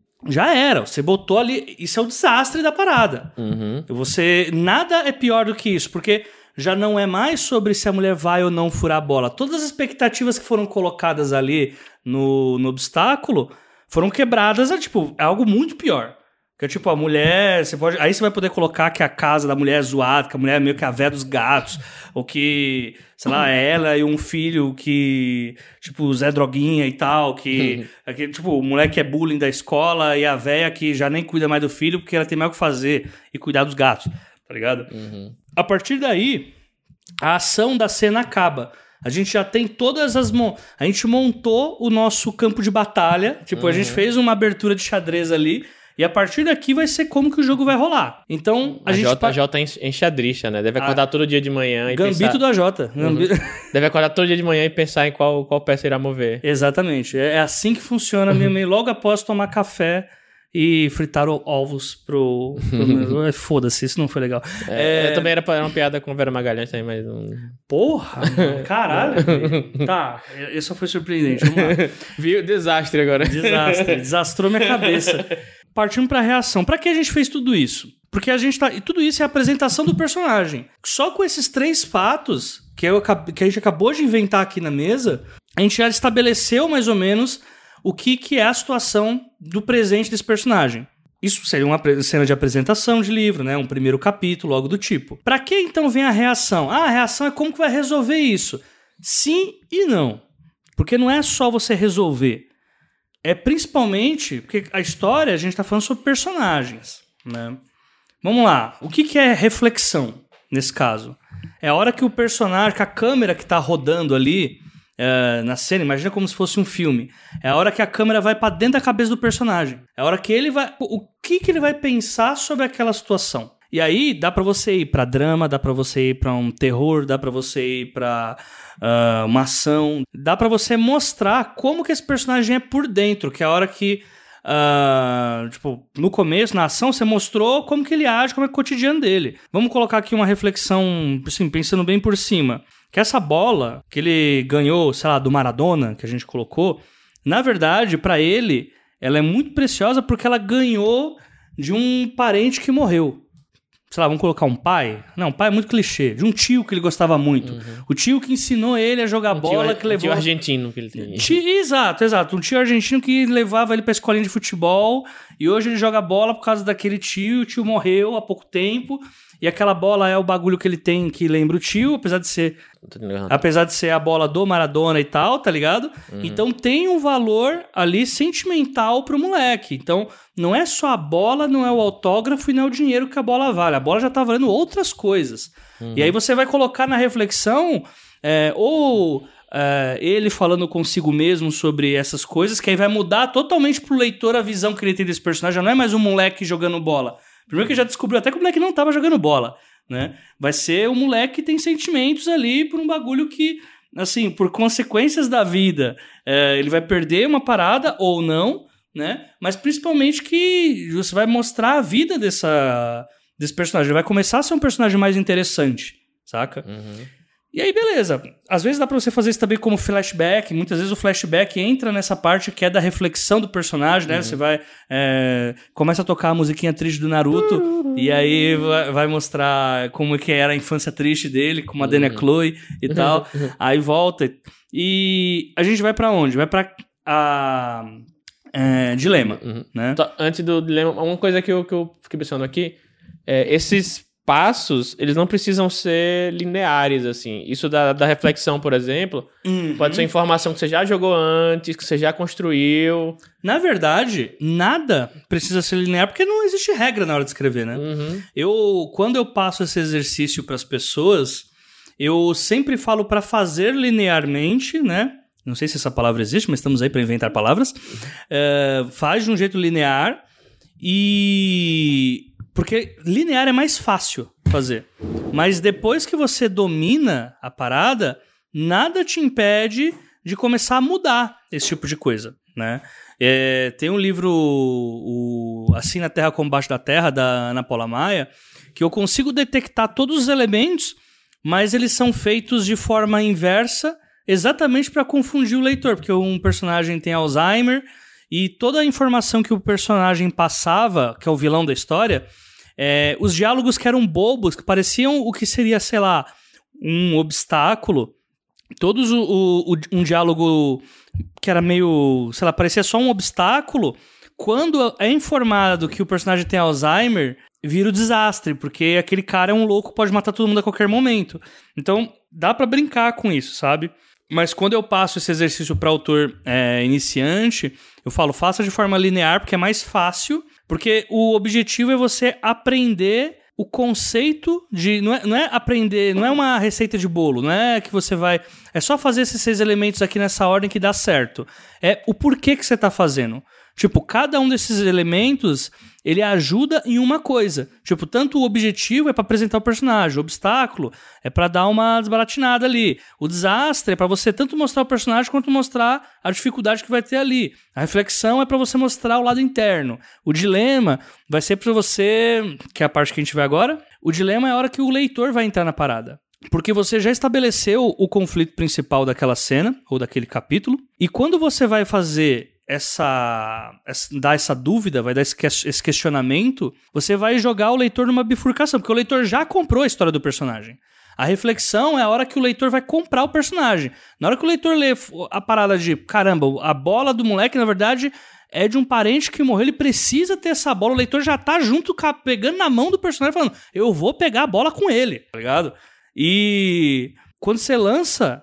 Já era, você botou ali... Isso é o desastre da parada. Uhum. Você... Nada é pior do que isso, porque já não é mais sobre se a mulher vai ou não furar a bola. Todas as expectativas que foram colocadas ali no, no obstáculo foram quebradas, é tipo, é algo muito pior. Que é tipo, a mulher... Você pode, aí você vai poder colocar que a casa da mulher é zoada, que a mulher é meio que a véia dos gatos, ou que, sei lá, é ela e um filho que, tipo, Zé Droguinha e tal, que, uhum. que tipo, o moleque é bullying da escola e a véia que já nem cuida mais do filho porque ela tem mais o que fazer e cuidar dos gatos, tá ligado? Uhum. A partir daí, a ação da cena acaba. A gente já tem todas as... Mon... A gente montou o nosso campo de batalha, tipo, uhum. a gente fez uma abertura de xadrez ali. E a partir daqui vai ser como que o jogo vai rolar. Então, a, a gente... Jota, a Jota é enxadrista, né? Deve acordar a... todo dia de manhã e Gambito pensar... da Jota. Uhum. Deve acordar todo dia de manhã e pensar em qual, qual peça irá mover. Exatamente. É assim que funciona uhum. mesmo. Logo após tomar café e fritar ovos pro... pro... Foda-se, isso não foi legal. É, é... Eu também era, era uma piada com a Vera Magalhães também, mas... Um... Porra! Caralho! Tá, isso foi surpreendente. Vamos lá. Viu? Desastre agora. Desastre. Desastrou minha cabeça. Partindo para a reação. Para que a gente fez tudo isso? Porque a gente tá... E tudo isso é a apresentação do personagem. Só com esses três fatos que, eu, que a gente acabou de inventar aqui na mesa, a gente já estabeleceu mais ou menos o que, que é a situação do presente desse personagem. Isso seria uma cena de apresentação de livro, né? Um primeiro capítulo, algo do tipo. Para que então vem a reação? Ah, a reação é como que vai resolver isso. Sim e não. Porque não é só você resolver. É principalmente... Porque a história, a gente está falando sobre personagens, né? Vamos lá. O que, que é reflexão, nesse caso? É a hora que o personagem, que a câmera que está rodando ali é, na cena, imagina como se fosse um filme. É a hora que a câmera vai para dentro da cabeça do personagem. É a hora que ele vai... O que, que ele vai pensar sobre aquela situação? E aí dá pra você ir pra drama, dá pra você ir pra um terror, dá pra você ir pra uh, uma ação. Dá pra você mostrar como que esse personagem é por dentro, que é a hora que, uh, tipo, no começo, na ação, você mostrou como que ele age, como é o cotidiano dele. Vamos colocar aqui uma reflexão, assim, pensando bem por cima. Que essa bola que ele ganhou, sei lá, do Maradona, que a gente colocou, na verdade, pra ele, ela é muito preciosa porque ela ganhou de um parente que morreu. Sei lá, vamos colocar um pai? Não, um pai é muito clichê. De um tio que ele gostava muito. Uhum. O tio que ensinou ele a jogar um bola, tio, que levou... Um tio argentino que ele tem. Tio, exato, exato. Um tio argentino que levava ele pra escolinha de futebol e hoje ele joga bola por causa daquele tio. O tio morreu há pouco tempo e aquela bola é o bagulho que ele tem que lembra o tio, apesar de ser... Apesar de ser a bola do Maradona e tal, tá ligado? Uhum. Então tem um valor ali sentimental pro moleque. Então não é só a bola, não é o autógrafo e não é o dinheiro que a bola vale. A bola já tá valendo outras coisas. Uhum. E aí você vai colocar na reflexão é, ou é, ele falando consigo mesmo sobre essas coisas, que aí vai mudar totalmente pro leitor a visão que ele tem desse personagem. Já não é mais um moleque jogando bola. Primeiro que já descobriu até que o moleque não tava jogando bola. Né? Vai ser um moleque que tem sentimentos ali por um bagulho que, assim, por consequências da vida, é, ele vai perder uma parada ou não, né? Mas principalmente que você vai mostrar a vida dessa, desse personagem. Ele vai começar a ser um personagem mais interessante, saca? Uhum. E aí, beleza. Às vezes dá pra você fazer isso também como flashback. Muitas vezes o flashback entra nessa parte que é da reflexão do personagem, né? Uhum. Você vai... É, começa a tocar a musiquinha triste do Naruto. Uhum. E aí vai, vai mostrar como que era a infância triste dele, com a Dana uhum. Chloe e tal. Uhum. Aí volta. E a gente vai pra onde? Vai pra... A, é, dilema, uhum. né? Então, antes do dilema, uma coisa que eu, que eu fiquei pensando aqui... É, esses... passos, eles não precisam ser lineares, assim. Isso da, da reflexão, por exemplo, uhum. pode ser informação que você já jogou antes, que você já construiu. Na verdade, nada precisa ser linear, porque não existe regra na hora de escrever, né? Uhum. Eu, quando eu passo esse exercício para as pessoas, eu sempre falo para fazer linearmente, né? Não sei se essa palavra existe, mas estamos aí para inventar palavras. É, faz de um jeito linear e... Porque linear é mais fácil fazer. Mas depois que você domina a parada, nada te impede de começar a mudar esse tipo de coisa, né? É, tem um livro, o Assim na Terra como Baixo da Terra, da Ana Paula Maia, que eu consigo detectar todos os elementos, mas eles são feitos de forma inversa, exatamente para confundir o leitor, porque um personagem tem Alzheimer e toda a informação que o personagem passava, que é o vilão da história... É, os diálogos que eram bobos, que pareciam o que seria, sei lá, um obstáculo, todos o, o, um diálogo que era meio, sei lá, parecia só um obstáculo, quando é informado que o personagem tem Alzheimer, vira o desastre, porque aquele cara é um louco, pode matar todo mundo a qualquer momento. Então, dá pra brincar com isso, sabe? Mas quando eu passo esse exercício para autor é, iniciante, eu falo, faça de forma linear, porque é mais fácil, porque o objetivo é você aprender o conceito de... Não é, não é aprender, não é uma receita de bolo, não é que você vai... É só fazer esses seis elementos aqui nessa ordem que dá certo. É o porquê que você está fazendo. Tipo, cada um desses elementos, ele ajuda em uma coisa. Tipo, tanto o objetivo é para apresentar o personagem, o obstáculo é para dar uma desbaratinada ali. O desastre é para você tanto mostrar o personagem quanto mostrar a dificuldade que vai ter ali. A reflexão é para você mostrar o lado interno. O dilema vai ser para você, que é a parte que a gente vê agora, o dilema é a hora que o leitor vai entrar na parada. Porque você já estabeleceu o conflito principal daquela cena, ou daquele capítulo, e quando você vai fazer... Essa, essa, dar essa dúvida, vai dar esse, esse questionamento, você vai jogar o leitor numa bifurcação, porque o leitor já comprou a história do personagem. A reflexão é a hora que o leitor vai comprar o personagem. Na hora que o leitor lê a parada de, caramba, a bola do moleque, na verdade, é de um parente que morreu, ele precisa ter essa bola, o leitor já tá junto, pegando na mão do personagem, falando, eu vou pegar a bola com ele, tá ligado? E quando você lança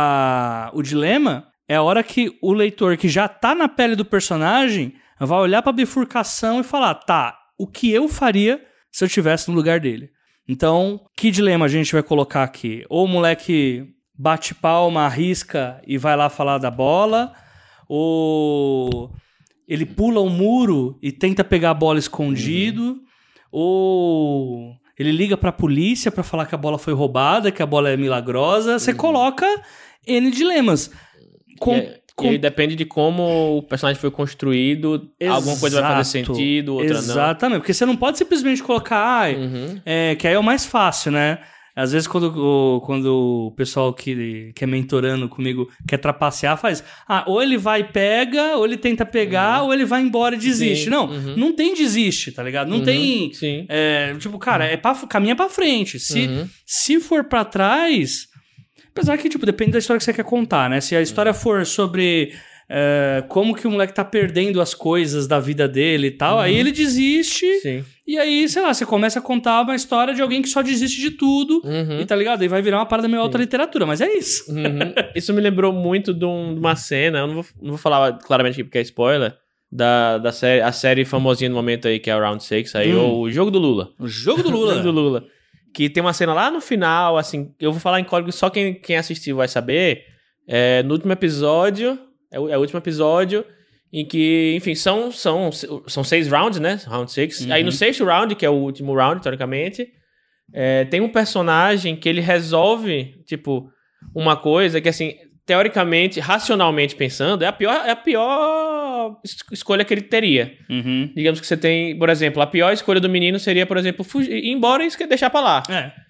a, o dilema... É a hora que o leitor que já tá na pele do personagem vai olhar pra bifurcação e falar, tá, o que eu faria se eu estivesse no lugar dele? Então, que dilema a gente vai colocar aqui? Ou o moleque bate palma, arrisca e vai lá falar da bola, ou ele pula o muro e tenta pegar a bola escondido, uhum. ou ele liga pra polícia pra falar que a bola foi roubada, que a bola é milagrosa. Você uhum. coloca N dilemas. Com, e, com... e aí depende de como o personagem foi construído, Exato. Alguma coisa vai fazer sentido, outra Exatamente. não. Exatamente, porque você não pode simplesmente colocar, ah, uhum. é, que aí é o mais fácil, né? Às vezes quando o, quando o pessoal que, que é mentorando comigo quer trapacear, faz, ah, ou ele vai e pega, ou ele tenta pegar, uhum. ou ele vai embora e desiste. Sim. Não, uhum. não tem desiste, tá ligado? Não uhum. tem, é, tipo, cara, é pra, caminha pra frente. Se, uhum. se for pra trás... Apesar que, tipo, depende da história que você quer contar, né? Se a história for sobre uh, como que o moleque tá perdendo as coisas da vida dele e tal, uhum. aí ele desiste. Sim. E aí, sei lá, você começa a contar uma história de alguém que só desiste de tudo, uhum. e tá ligado? E vai virar uma parada meio alta literatura, mas é isso. Uhum. Isso me lembrou muito de, um, de uma cena, eu não vou, não vou falar claramente aqui porque é spoiler, da, da série, a série famosinha no momento aí, que é o Round six, aí, hum. ou o Jogo do Lula. O Jogo do Lula. O Jogo do Lula. Que tem uma cena lá no final, assim, eu vou falar em código, só quem, quem assistiu vai saber. É, no último episódio, é o, é o último episódio, em que, enfim, são, são, são seis rounds, né? Round six. Uhum. Aí no sexto round, que é o último round, teoricamente, é, tem um personagem que ele resolve, tipo, uma coisa que, assim, teoricamente, racionalmente pensando, é a pior, é a pior escolha que ele teria. Uhum. Digamos que você tem, por exemplo, a pior escolha do menino seria, por exemplo, fugir, ir embora e deixar pra lá. É.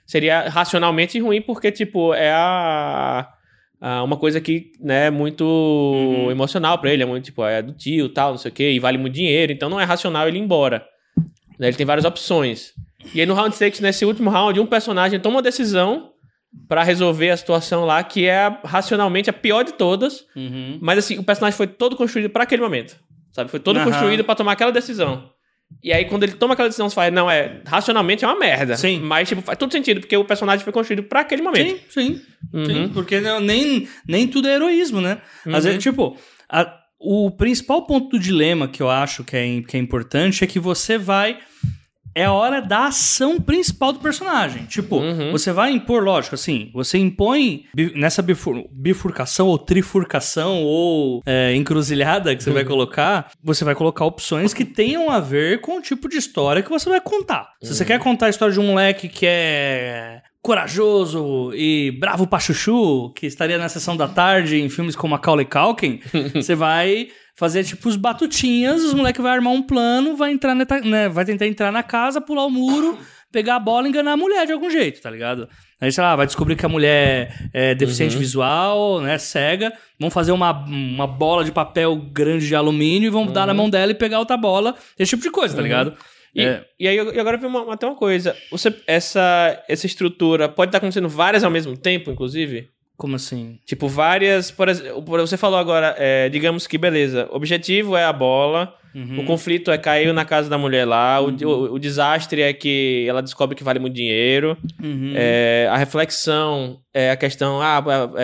seria racionalmente ruim, porque, tipo, é a... a uma coisa que, né, é muito uhum. emocional pra ele, é muito, tipo, é do tio, tal, não sei o quê, e vale muito dinheiro, então não é racional ele ir embora. Né, ele tem várias opções. E aí no round seis, nesse último round, um personagem toma uma decisão pra resolver a situação lá, que é racionalmente a pior de todas, uhum. mas assim, o personagem foi todo construído pra aquele momento, sabe? Foi todo uhum. construído pra tomar aquela decisão. E aí quando ele toma aquela decisão, você fala, não, é, racionalmente é uma merda. Sim. Mas, tipo, faz todo sentido, porque o personagem foi construído pra aquele momento. Sim, sim. Uhum. sim porque não, nem, nem tudo é heroísmo, né? Uhum. Às vezes, tipo, a, o principal ponto do dilema que eu acho que é, que é importante é que você vai... É a hora da ação principal do personagem. Tipo, uhum. você vai impor, lógico, assim, você impõe nessa bifur, bifurcação ou trifurcação ou é, encruzilhada que você uhum. vai colocar, você vai colocar opções que tenham a ver com o tipo de história que você vai contar. Se uhum. você quer contar a história de um moleque que é corajoso e bravo pra chuchu, que estaria na sessão da tarde em filmes como Macaulay Culkin, você vai... fazer tipo os batutinhas, os moleques vão armar um plano, vai entrar na, né, vai tentar entrar na casa, pular o muro, pegar a bola e enganar a mulher de algum jeito, tá ligado? Aí, sei lá, vai descobrir que a mulher é deficiente uhum. visual, né, cega, vão fazer uma, uma bola de papel grande de alumínio e vão uhum. dar na mão dela e pegar outra bola, esse tipo de coisa, tá ligado? Uhum. E, é. e aí, e agora vem uma, até uma coisa, você, essa, essa estrutura pode estar acontecendo várias ao mesmo tempo, inclusive? Como assim? Tipo, várias... Por exemplo, você falou agora, é, digamos que, beleza, o objetivo é a bola, uhum. o conflito é cair na casa da mulher lá, uhum. o, o, o desastre é que ela descobre que vale muito dinheiro, uhum. é, a reflexão é a questão, ah,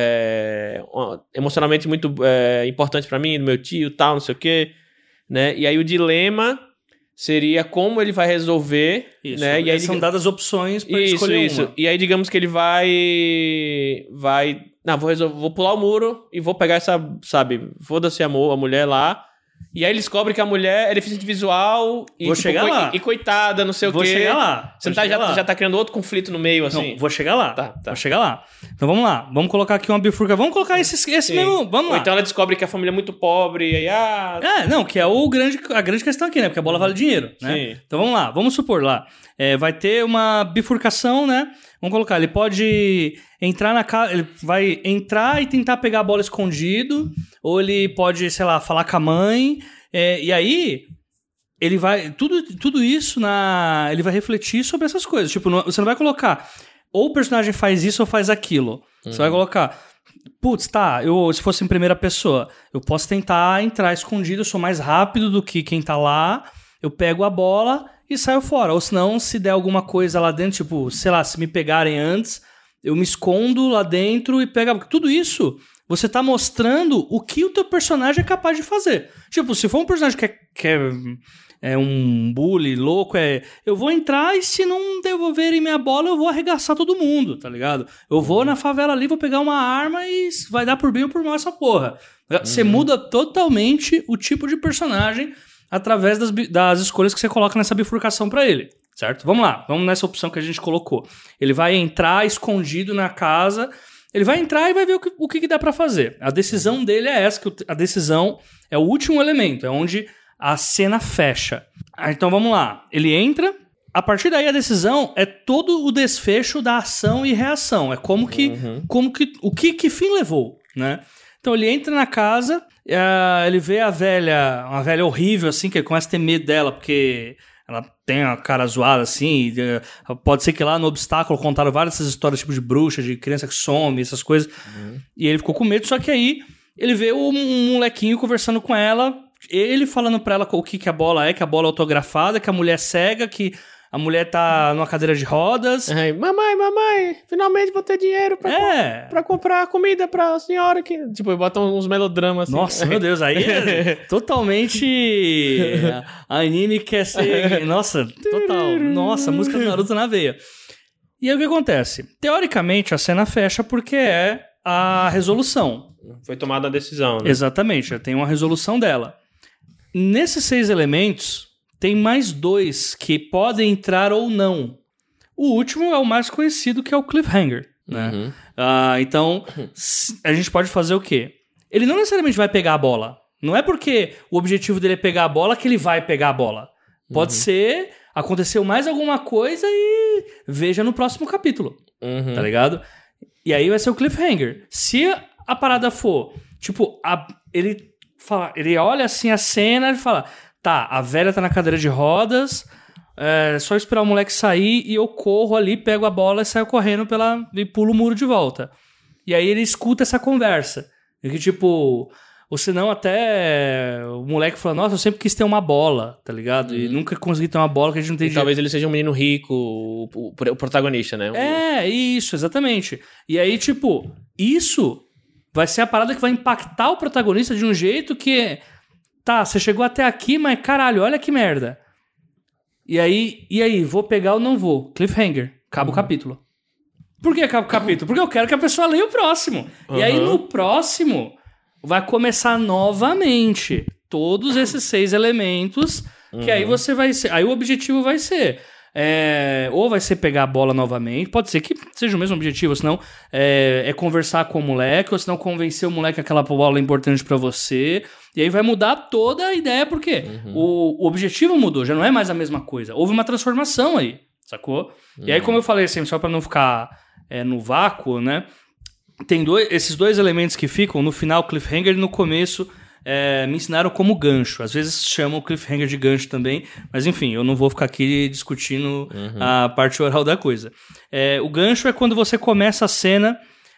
é, é, emocionalmente muito é, importante pra mim, do meu tio, tal, não sei o quê, né? E aí o dilema... seria como ele vai resolver, isso, né? E aí são dadas opções para isso, escolher isso. uma. E aí digamos que ele vai vai, não, vou resolver, vou pular o muro e vou pegar essa, sabe, foda-se a, a mulher lá. E aí ele descobre que a mulher é deficiente visual e, vou tipo, chegar coi- lá. E, e coitada, não sei vou o quê. Vou chegar lá. Você tá, já, lá. já tá criando outro conflito no meio, assim? Não, vou chegar lá. Tá, tá. Vou chegar lá. Então vamos lá. Vamos colocar aqui uma bifurca. Vamos colocar esse, esse mesmo... Vamos lá. Ou então ela descobre que a família é muito pobre e aí... Ah... É, não, que é o grande, a grande questão aqui, né? Porque a bola vale dinheiro, né? Sim. Então vamos lá. Vamos supor lá. É, vai ter uma bifurcação, né? Vamos colocar, ele pode entrar na casa, ele vai entrar e tentar pegar a bola escondido, ou ele pode, sei lá, falar com a mãe, é, e aí ele vai, tudo, tudo isso, na, ele vai refletir sobre essas coisas, tipo, não, você não vai colocar, ou o personagem faz isso ou faz aquilo, uhum. Você vai colocar, putz, tá, eu, se fosse em primeira pessoa, eu posso tentar entrar escondido, eu sou mais rápido do que quem tá lá, eu pego a bola... e saio fora, ou senão, se der alguma coisa lá dentro, tipo, sei lá, se me pegarem antes, eu me escondo lá dentro e pego... Tudo isso, você tá mostrando o que o teu personagem é capaz de fazer. Tipo, se for um personagem que é, que é, é um bully louco, é... eu vou entrar e se não devolverem minha bola, eu vou arregaçar todo mundo, tá ligado? Eu vou uhum. na favela ali, vou pegar uma arma e vai dar por bem ou por mal essa porra. Você uhum. muda totalmente o tipo de personagem... através das, das escolhas que você coloca nessa bifurcação para ele, certo? Vamos lá, vamos nessa opção que a gente colocou. Ele vai entrar escondido na casa, ele vai entrar e vai ver o que, o que dá para fazer. A decisão dele é essa, que a decisão é o último elemento, é onde a cena fecha. Ah, então vamos lá, ele entra, a partir daí a decisão é todo o desfecho da ação e reação, é como que, uhum. como que o que, que fim levou, né? Então ele entra na casa... Uh, ele vê a velha, uma velha horrível, assim, que ele começa a ter medo dela, porque ela tem uma cara zoada, assim, e, uh, pode ser que lá no obstáculo contaram várias dessas histórias, tipo de bruxa, de criança que some, essas coisas, uhum. E ele ficou com medo, só que aí ele vê um, um molequinho conversando com ela, ele falando pra ela o que, que a bola é, que a bola é autografada, que a mulher é cega, que a mulher tá numa cadeira de rodas. É, mamãe, mamãe, finalmente vou ter dinheiro pra, é. com, pra comprar comida pra senhora. Que... Tipo, botam uns melodramas assim. Nossa, meu Deus, aí é totalmente... A anime quer ser... Nossa, total. Nossa, música do Naruto na veia. E aí o que acontece? Teoricamente, a cena fecha porque é a resolução. Foi tomada a decisão, né? Exatamente, já tem uma resolução dela. Nesses seis elementos... tem mais dois que podem entrar ou não. O último é o mais conhecido, que é o cliffhanger, né? Uhum. Uh, então, a gente pode fazer o quê? Ele não necessariamente vai pegar a bola. Não é porque o objetivo dele é pegar a bola que ele vai pegar a bola. Pode uhum. ser aconteceu mais alguma coisa e veja no próximo capítulo, Uhum. tá ligado? E aí vai ser o cliffhanger. Se a parada for, tipo, a, ele, fala, ele olha assim a cena e fala, tá, a velha tá na cadeira de rodas, é só esperar o moleque sair e eu corro ali, pego a bola e saio correndo pela, e pulo o muro de volta. E aí ele escuta essa conversa. E que tipo... Ou senão até o moleque fala, nossa, eu sempre quis ter uma bola, tá ligado? Uhum. E nunca consegui ter uma bola que a gente não tem... E de... talvez ele seja um menino rico, o, o, o protagonista, né? É, isso, exatamente. E aí, tipo, isso vai ser a parada que vai impactar o protagonista de um jeito que... Tá, você chegou até aqui, mas caralho, olha que merda. E aí, e aí, vou pegar ou não vou? Cliffhanger, acaba uhum. o capítulo. Por que acaba o capítulo? Porque eu quero que a pessoa leia o próximo. Uhum. E aí, no próximo... vai começar novamente todos esses seis elementos que uhum. aí você vai ser... Aí o objetivo vai ser... É, ou vai ser pegar a bola novamente, pode ser que seja o mesmo objetivo, senão é, é conversar com o moleque, ou senão convencer o moleque que aquela bola é importante pra você, e aí vai mudar toda a ideia, porque uhum. o, o objetivo mudou, já não é mais a mesma coisa, houve uma transformação aí, sacou? Uhum. E aí, como eu falei assim, só pra não ficar é, no vácuo, né? Tem dois, esses dois elementos que ficam no final, cliffhanger, e no começo é, me ensinaram como gancho. Às vezes chamam o cliffhanger de gancho também, mas enfim, eu não vou ficar aqui discutindo uhum. a parte oral da coisa. É, o gancho é quando você começa a cena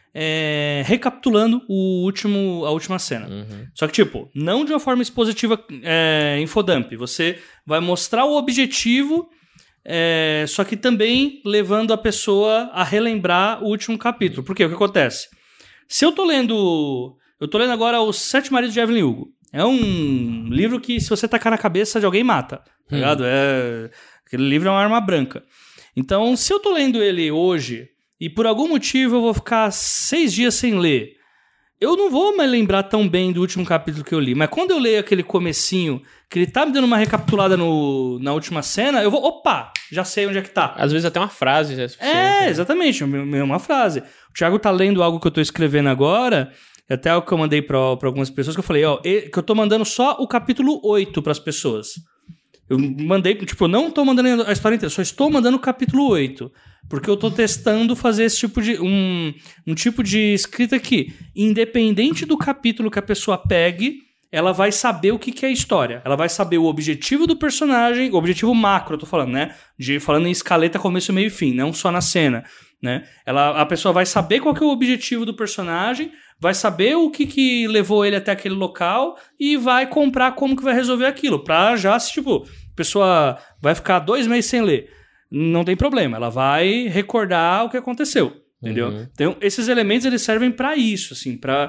é, recapitulando o último, a última cena. Uhum. Só que, tipo, não de uma forma expositiva é, infodump. Você vai mostrar o objetivo... É, só que também levando a pessoa a relembrar o último capítulo. Por quê? O que acontece? Se eu tô lendo... Eu tô lendo agora Os Sete Maridos de Evelyn Hugo. É um livro que, se você tacar na cabeça de alguém, mata. Tá ligado? Hum. É, aquele livro é uma arma branca. Então, se eu tô lendo ele hoje e por algum motivo eu vou ficar seis dias sem ler, eu não vou mais lembrar tão bem do último capítulo que eu li. Mas quando eu leio aquele comecinho, que ele tá me dando uma recapitulada no, na última cena, eu vou... Opa! Já sei onde é que tá. Às vezes até uma frase já é suficiente. É, né? Exatamente. Uma frase. O Thiago tá lendo algo que eu tô escrevendo agora, até algo que eu mandei pra, pra algumas pessoas, que eu falei, ó, que eu tô mandando só o capítulo oito pras pessoas. Eu mandei, tipo, eu não tô mandando a história inteira, só estou mandando o capítulo oito. Porque eu tô testando fazer esse tipo de... Um, um tipo de escrita que, independente do capítulo que a pessoa pegue, ela vai saber o que, que é a história. Ela vai saber o objetivo do personagem, o objetivo macro, eu tô falando, né? De, falando em escaleta, começo, meio e fim, não só na cena, né? Ela, a pessoa vai saber qual que é o objetivo do personagem, vai saber o que, que levou ele até aquele local e vai comprar como que vai resolver aquilo. Pra já, se, tipo, a pessoa vai ficar dois meses sem ler. Não tem problema, ela vai recordar o que aconteceu, entendeu? Uhum. Então, esses elementos, eles servem para isso, assim, para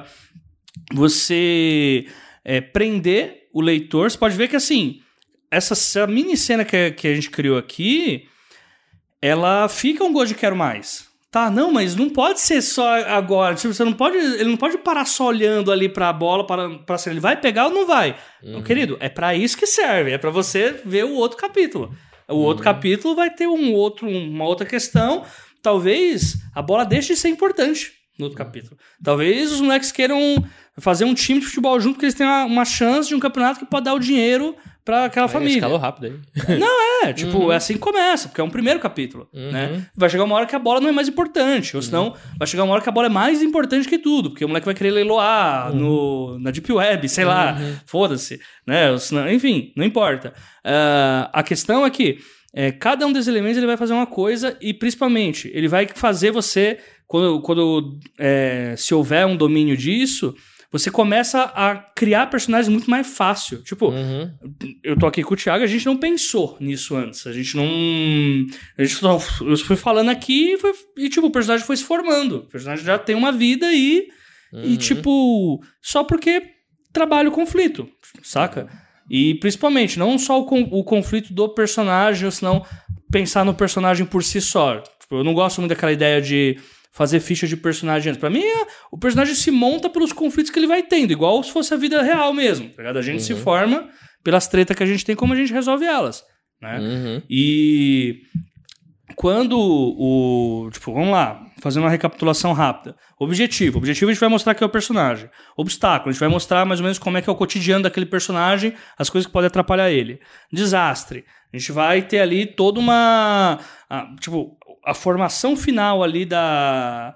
você é, prender o leitor. Você pode ver que, assim, essa, essa mini cena que, que a gente criou aqui, ela fica um gosto de quero mais. Tá, não, mas não pode ser só agora. Tipo, você não pode, ele não pode parar só olhando ali pra bola, para, pra cena. Ele vai pegar ou não vai? Uhum. Então, querido, é para isso que serve, é para você ver o outro capítulo. O uhum. outro capítulo vai ter um outro, uma outra questão. Talvez a bola deixe de ser importante no outro capítulo. Talvez os moleques queiram fazer um time de futebol junto, porque eles têm uma, uma chance de um campeonato que pode dar o dinheiro pra aquela é, família. Escalou rápido aí. Não, é. Tipo, uhum. é assim que começa, porque é um primeiro capítulo. Uhum. Né? Vai chegar uma hora que a bola não é mais importante. Ou senão, uhum. vai chegar uma hora que a bola é mais importante que tudo. Porque o moleque vai querer leiloar uhum. no, na Deep Web, sei lá. Uhum. Foda-se. Né? Senão, enfim, não importa. Uh, a questão é que é, cada um desses elementos ele vai fazer uma coisa e, principalmente, ele vai fazer você, quando, quando é, se houver um domínio disso, você começa a criar personagens muito mais fácil. Tipo, uhum. eu tô aqui com o Thiago, a gente não pensou nisso antes. A gente não... A gente só, eu fui falando aqui e, foi, e, tipo, o personagem foi se formando. O personagem já tem uma vida e, uhum. e tipo, só porque trabalha o conflito, saca? E, principalmente, não só o, o conflito do personagem, ou senão pensar no personagem por si só. Tipo, eu não gosto muito daquela ideia de fazer ficha de personagem antes. Pra mim, é, o personagem se monta pelos conflitos que ele vai tendo, igual se fosse a vida real mesmo, tá ligado? A gente uhum. se forma pelas tretas que a gente tem, como a gente resolve elas, né? Uhum. E quando o... Tipo, vamos lá, fazendo uma recapitulação rápida. Objetivo. Objetivo a gente vai mostrar que é o personagem. Obstáculo. A gente vai mostrar mais ou menos como é que é o cotidiano daquele personagem, as coisas que podem atrapalhar ele. Desastre. A gente vai ter ali toda uma... A, tipo, a formação final ali da...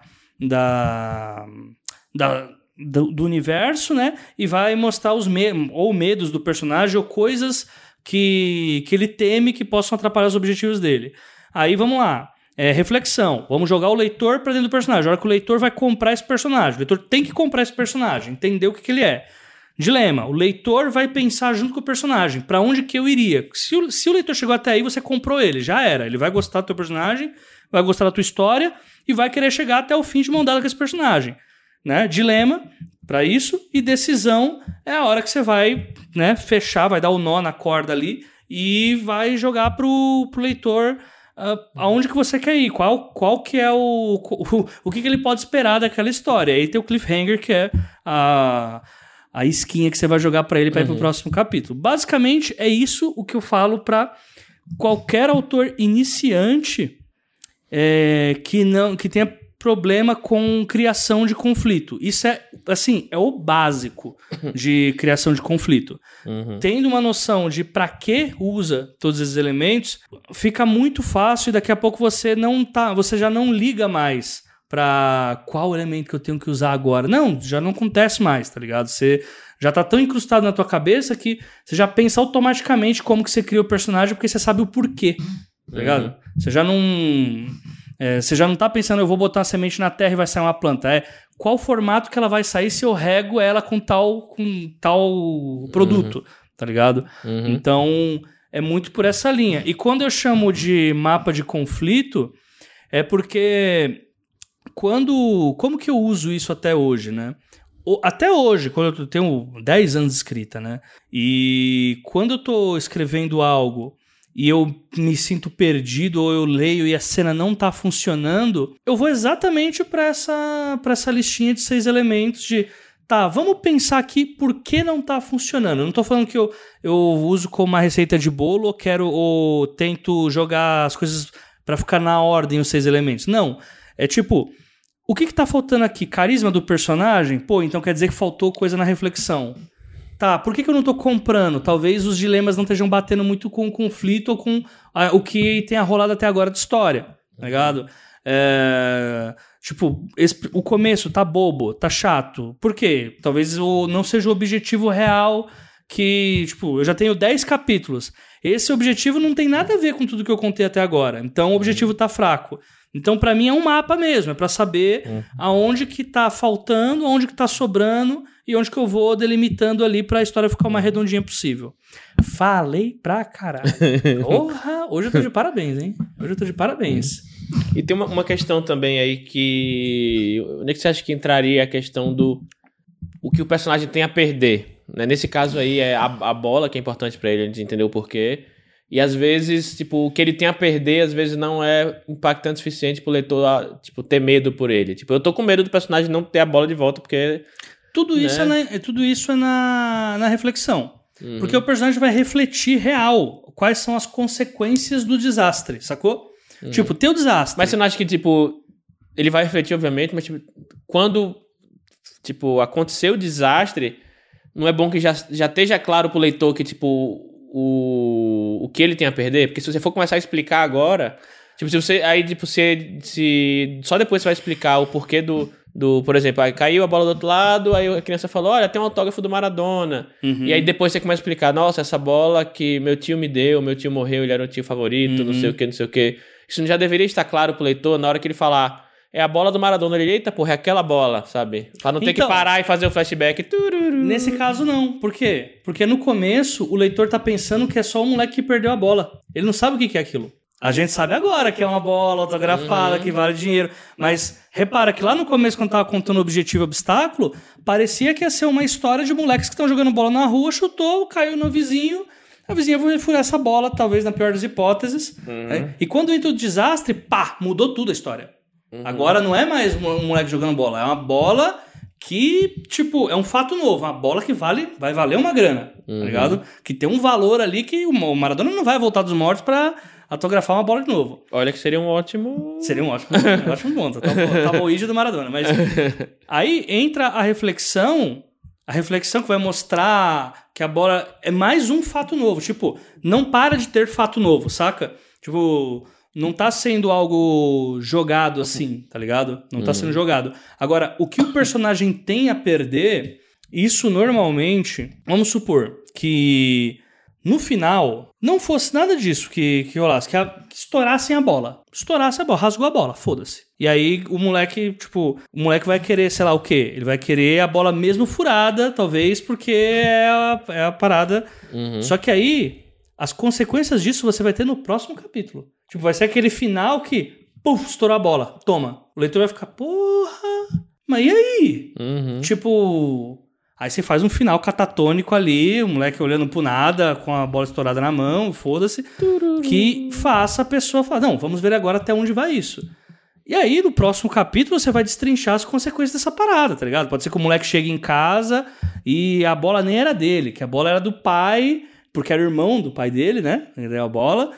Da... da do, do universo, né? E vai mostrar os me- ou medos do personagem ou coisas que, que ele teme que possam atrapalhar os objetivos dele. Aí vamos lá. É, reflexão. Vamos jogar o leitor para dentro do personagem. A hora que o leitor vai comprar esse personagem. O leitor tem que comprar esse personagem, entender o que, que ele é. Dilema. O leitor vai pensar junto com o personagem. Para onde que eu iria? Se o, se o leitor chegou até aí, você comprou ele. Já era. Ele vai gostar do teu personagem, vai gostar da tua história e vai querer chegar até o fim de mão dada com esse personagem. Né? Dilema para isso. E decisão é a hora que você vai, né, fechar, vai dar o nó na corda ali e vai jogar pro, pro leitor... Uh, aonde que você quer ir, qual, qual que é o, o, o que, que ele pode esperar daquela história. Aí tem o cliffhanger, que é a, a isquinha que você vai jogar pra ele pra uhum. ir pro próximo capítulo. Basicamente é isso o que eu falo pra qualquer autor iniciante é, que, não, que tenha problema com criação de conflito. Isso é, assim, é o básico de criação de conflito. Uhum. Tendo uma noção de para que usa todos esses elementos, fica muito fácil e daqui a pouco você não tá, você já não liga mais para qual elemento que eu tenho que usar agora. Não, já não acontece mais, tá ligado? Você já tá tão incrustado na tua cabeça que você já pensa automaticamente como que você cria o personagem porque você sabe o porquê, tá ligado? Uhum. Você já não... É, você já não tá pensando, eu vou botar uma semente na terra e vai sair uma planta. É qual formato que ela vai sair se eu rego ela com tal, com tal produto, uhum. tá ligado? Uhum. Então, é muito por essa linha. E quando eu chamo de mapa de conflito, é porque quando... Como que eu uso isso até hoje, né? Até hoje, quando eu tenho dez anos de escrita, né? E quando eu tô escrevendo algo... e eu me sinto perdido ou eu leio e a cena não tá funcionando, eu vou exatamente para essa, para essa listinha de seis elementos de, tá, vamos pensar aqui por que não tá funcionando. Eu não tô falando que eu, eu uso como uma receita de bolo ou quero ou tento jogar as coisas para ficar na ordem os seis elementos. Não, é tipo, o que que tá faltando aqui? Carisma do personagem? Pô, então quer dizer que faltou coisa na reflexão. Tá, por que, que eu não tô comprando? Talvez os dilemas não estejam batendo muito com o conflito ou com a, o que tenha rolado até agora de história, tá ligado? É, tipo, esse, o começo tá bobo, tá chato. Por quê? Talvez o, não seja o objetivo real que, tipo, eu já tenho dez capítulos. Esse objetivo não tem nada a ver com tudo que eu contei até agora. Então o objetivo tá fraco. Então, pra mim, é um mapa mesmo. É pra saber uhum. aonde que tá faltando, aonde que tá sobrando e onde que eu vou delimitando ali pra história ficar o mais redondinha possível. Falei pra caralho. Porra! Hoje eu tô de parabéns, hein? Hoje eu tô de parabéns. E tem uma, uma questão também aí que... Onde é que você acha que entraria a questão do... O que o personagem tem a perder? Né? Nesse caso aí, é a, a bola que é importante pra ele, a gente entender o porquê. E às vezes, tipo, o que ele tem a perder, às vezes não é impactante o suficiente pro leitor, tipo, ter medo por ele. Tipo, eu tô com medo do personagem não ter a bola de volta, porque... Tudo né? isso, é, na, tudo isso é na, na reflexão. Uhum. Porque o personagem vai refletir real quais são as consequências do desastre, sacou? Uhum. Tipo, tem o desastre. Mas você não acha que, tipo, ele vai refletir, obviamente, mas, tipo, quando, tipo, aconteceu o desastre, não é bom que já, já esteja claro pro leitor que, tipo... O, o que ele tem a perder, porque se você for começar a explicar agora, tipo, se você, aí, tipo, se, se só depois você vai explicar o porquê do, do, por exemplo, aí caiu a bola do outro lado, aí a criança falou, olha, tem um autógrafo do Maradona, uhum. e aí depois você começa a explicar, nossa, essa bola que meu tio me deu, meu tio morreu, ele era o tio favorito, uhum. não sei o que, não sei o que, isso já deveria estar claro pro leitor na hora que ele falar, é a bola do Maradona, ele, eita, porra, é aquela bola, sabe? Pra não ter então, que parar e fazer o flashback. Tururu. Nesse caso, não. Por quê? Porque no começo, o leitor tá pensando que é só o moleque que perdeu a bola. Ele não sabe o que é aquilo. A gente sabe agora que é uma bola autografada, uhum. que vale dinheiro. Mas repara que lá no começo, quando tava contando o objetivo e obstáculo, parecia que ia ser uma história de moleques que estão jogando bola na rua, chutou, caiu no vizinho... A vizinha vai furar essa bola, talvez na pior das hipóteses. Uhum. Né? E quando entra o desastre, pá, mudou tudo a história. Uhum. Agora não é mais um moleque jogando bola, é uma bola que, tipo, é um fato novo. Uma bola que vale, vai valer uma grana, uhum. tá ligado? Que tem um valor ali que o Maradona não vai voltar dos mortos pra autografar uma bola de novo. Olha que seria um ótimo... Seria um ótimo, um ótimo ponto. Tá, tá o ídolo do Maradona. Mas aí entra a reflexão, a reflexão que vai mostrar que a bola é mais um fato novo. Tipo, não para de ter fato novo, saca? Tipo... Não tá sendo algo jogado assim, tá ligado? Não tá uhum. sendo jogado. Agora, o que o personagem tem a perder, isso normalmente... Vamos supor que no final não fosse nada disso que, que rolasse, que, a, que estourassem a bola. Estourasse a bola, rasgou a bola, foda-se. E aí o moleque, tipo, o moleque vai querer, sei lá o quê? Ele vai querer a bola mesmo furada, talvez, porque é a, é a parada. Uhum. Só que aí, as consequências disso você vai ter no próximo capítulo. Tipo, vai ser aquele final que, puf, estourou a bola, toma. O leitor vai ficar, porra, mas e aí? Uhum. Tipo, aí você faz um final catatônico ali, o moleque olhando pro nada, com a bola estourada na mão, foda-se, Tururu. Que faça a pessoa falar, não, vamos ver agora até onde vai isso. E aí, no próximo capítulo, você vai destrinchar as consequências dessa parada, tá ligado? Pode ser que o moleque chegue em casa e a bola nem era dele, que a bola era do pai, porque era irmão do pai dele, né? Ele deu a bola...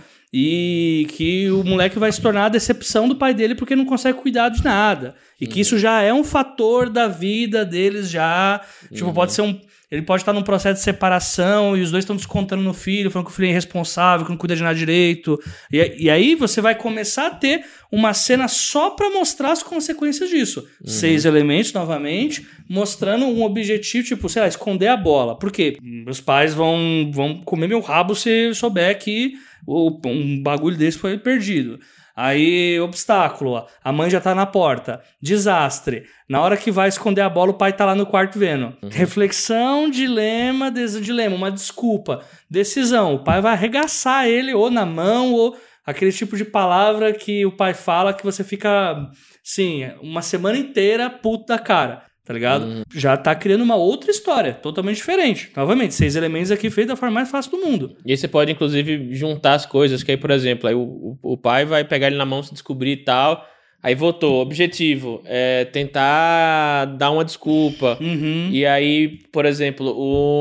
E que o moleque vai se tornar a decepção do pai dele porque não consegue cuidar de nada. E que uhum. isso já é um fator da vida deles já. Tipo, uhum. pode ser um... Ele pode estar num processo de separação e os dois estão descontando no filho, falando que o filho é irresponsável, que não cuida de nada direito. E, e aí você vai começar a ter uma cena só pra mostrar as consequências disso. Uhum. Seis elementos, novamente, mostrando um objetivo, tipo, sei lá, esconder a bola. Por quê? Meus pais vão, vão comer meu rabo se souber que um bagulho desse foi perdido. Aí, obstáculo, a mãe já tá na porta. Desastre. Na hora que vai esconder a bola, o pai tá lá no quarto vendo. Uhum. Reflexão, dilema, des... dilema, uma desculpa. Decisão. O pai vai arregaçar ele ou na mão, ou aquele tipo de palavra que o pai fala que você fica, sim, uma semana inteira puto da cara. Tá ligado? Hum. Já tá criando uma outra história, totalmente diferente. Novamente, seis elementos aqui feitos da forma mais fácil do mundo. E aí você pode, inclusive, juntar as coisas, que aí, por exemplo, aí o, o, o pai vai pegar ele na mão, se descobrir e tal, aí votou, objetivo, é tentar dar uma desculpa. Uhum. E aí, por exemplo,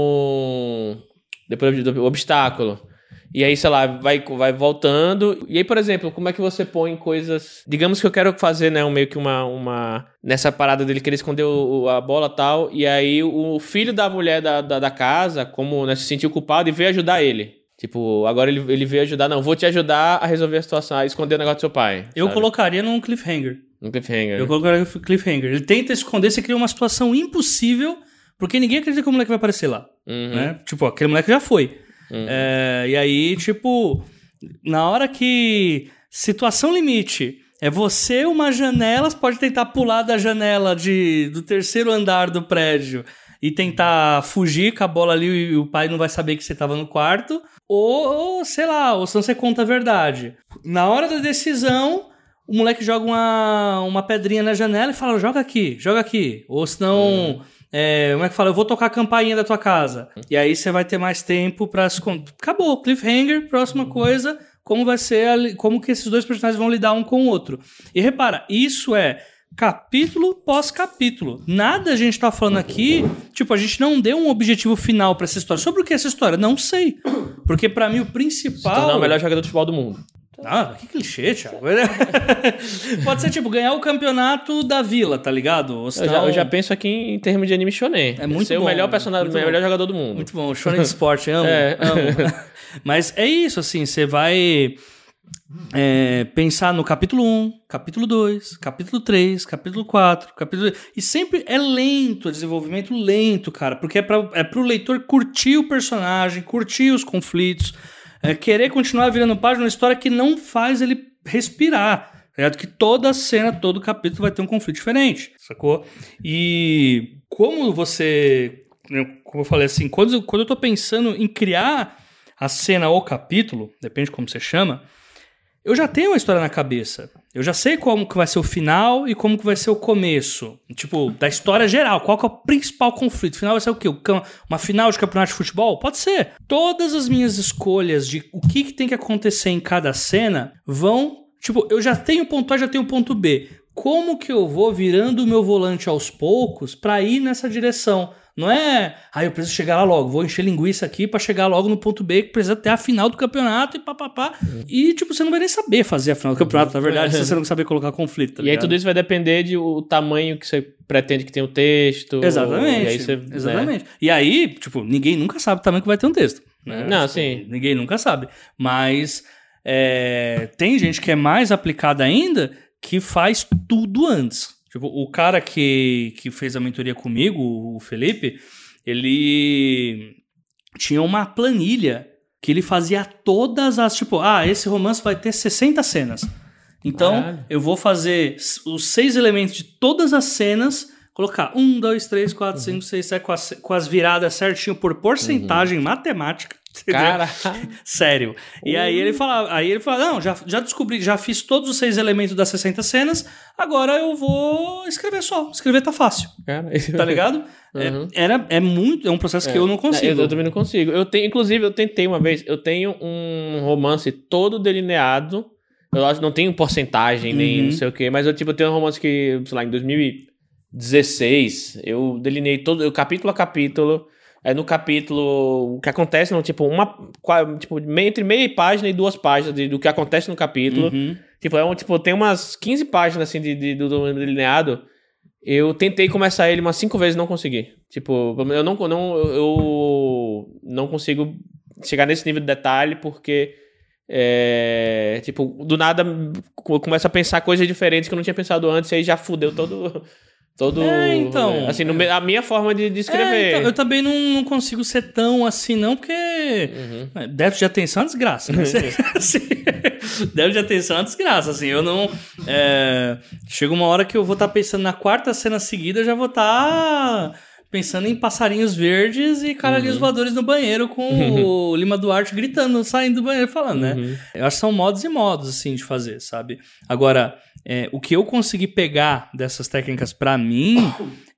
o... depois do obstáculo. E aí, sei lá, vai, vai voltando. E aí, por exemplo, como é que você põe coisas... Digamos que eu quero fazer, né, um, meio que uma... uma... Nessa parada dele querer esconder o, a bola e tal. E aí, o filho da mulher da, da, da casa, como, né, se sentiu culpado e veio ajudar ele. Tipo, agora ele, ele veio ajudar. Não, vou te ajudar a resolver a situação, a esconder o negócio do seu pai. Eu sabe? Colocaria num cliffhanger. Um cliffhanger. Eu colocaria num cliffhanger. Ele tenta esconder, você cria uma situação impossível, porque ninguém acredita que o moleque vai aparecer lá. Uhum. Né? Tipo, aquele moleque já foi. Uhum. É, e aí, tipo, na hora que situação limite é você, uma janela, você pode tentar pular da janela de, do terceiro andar do prédio e tentar fugir com a bola ali e o pai não vai saber que você estava no quarto, ou, sei lá, ou se não você conta a verdade. Na hora da decisão, o moleque joga uma, uma pedrinha na janela e fala, joga aqui, joga aqui, ou senão... Uhum. É, como é que fala? Eu vou tocar a campainha da tua casa. E aí você vai ter mais tempo pra... Acabou, cliffhanger, próxima coisa, como vai ser, a... como que esses dois personagens vão lidar um com o outro. E repara, isso é capítulo pós capítulo. Nada a gente tá falando aqui, tipo, a gente não deu um objetivo final pra essa história. Sobre o que é essa história? Não sei. Porque pra mim o principal... Se tornar o melhor jogador de futebol do mundo. Ah, que clichê, Thiago. Pode ser, tipo, ganhar o campeonato da vila, tá ligado? Eu já, eu já penso aqui em termos de anime shonen. É muito ser bom. o melhor personagem, o melhor bom. jogador do mundo. Muito bom. Shonen de esporte, amo. É. amo. Mas é isso, assim, você vai é, pensar no capítulo um, capítulo dois, capítulo três, capítulo quatro, capítulo... E sempre é lento, o desenvolvimento lento, cara, porque é, pra, é pro leitor curtir o personagem, curtir os conflitos, é, querer continuar virando página, uma história que não faz ele respirar, certo? Que toda cena, todo capítulo vai ter um conflito diferente, sacou? E como você, como eu falei assim, quando, quando eu tô pensando em criar a cena ou capítulo, depende de como você chama, eu já tenho uma história na cabeça. Eu já sei como que vai ser o final e como que vai ser o começo. Tipo, da história geral. Qual que é o principal conflito? O final vai ser o quê? Uma final de campeonato de futebol? Pode ser. Todas as minhas escolhas de o que, que tem que acontecer em cada cena vão... Tipo, eu já tenho ponto A, já tenho ponto B. como que eu vou virando o meu volante aos poucos pra ir nessa direção. Não é, ah, eu preciso chegar lá logo, vou encher linguiça aqui pra chegar logo no ponto B, que precisa ter a final do campeonato e papapá. Uhum. E, tipo, você não vai nem saber fazer a final do campeonato, na verdade, se você não saber colocar conflito. Tá e aí tudo isso vai depender do tamanho que você pretende que tenha o texto. Exatamente. E aí você, exatamente. Né? E aí, tipo, ninguém nunca sabe o tamanho que vai ter um texto. Né? Não, tipo, sim. Ninguém nunca sabe. Mas é, tem gente que é mais aplicada ainda que faz tudo antes. Tipo, o cara que, que fez a mentoria comigo, o Felipe, ele tinha uma planilha que ele fazia todas as... Tipo, ah, esse romance vai ter sessenta cenas. Então, ah. eu vou fazer os seis elementos de todas as cenas, colocar um, dois, três, quatro, uhum. cinco, seis, sete, com as, com as viradas certinho por porcentagem uhum. matemática. Cara, sério. E aí ele falava, aí ele falava, não, já, já descobri, já fiz todos os seis elementos das sessenta cenas, agora eu vou escrever só. Escrever tá fácil. Cara, tá ligado? Uhum. É, era, é muito, é um processo é. que eu não consigo. Eu, eu também não consigo. Eu tenho, inclusive, eu tentei uma vez, eu tenho um romance todo delineado. Eu acho que não tenho porcentagem, nem uhum. não sei o quê, mas eu, tipo, eu tenho um romance que, sei lá, em dois mil e dezesseis, eu delineei todo, eu, capítulo a capítulo. Aí no capítulo, o que acontece, não, tipo, uma, tipo, entre meia página e duas páginas de, do que acontece no capítulo. Uhum. Tipo, é um, tipo, tem umas quinze páginas, assim, de, de, do, do delineado. Eu tentei começar ele umas cinco vezes e não consegui. Tipo, eu não, não, eu não consigo chegar nesse nível de detalhe porque, é, tipo, do nada eu começo a pensar coisas diferentes que eu não tinha pensado antes e aí já fudeu todo... Todo, é, então... Assim, no, a minha forma de, de escrever. É, então, eu também não, não consigo ser tão assim, não, porque uhum. déficit de atenção é uma desgraça. Né? assim, déficit de atenção é uma desgraça, assim. Eu não... É, chega uma hora que eu vou estar tá pensando na quarta cena seguida, eu já vou estar... Tá pensando em passarinhos verdes e caralhinhos uhum. voadores no banheiro com uhum. o Lima Duarte gritando, saindo do banheiro falando, né? Uhum. Eu acho que são modos e modos, assim, de fazer, sabe? Agora, é, o que eu consegui pegar dessas técnicas pra mim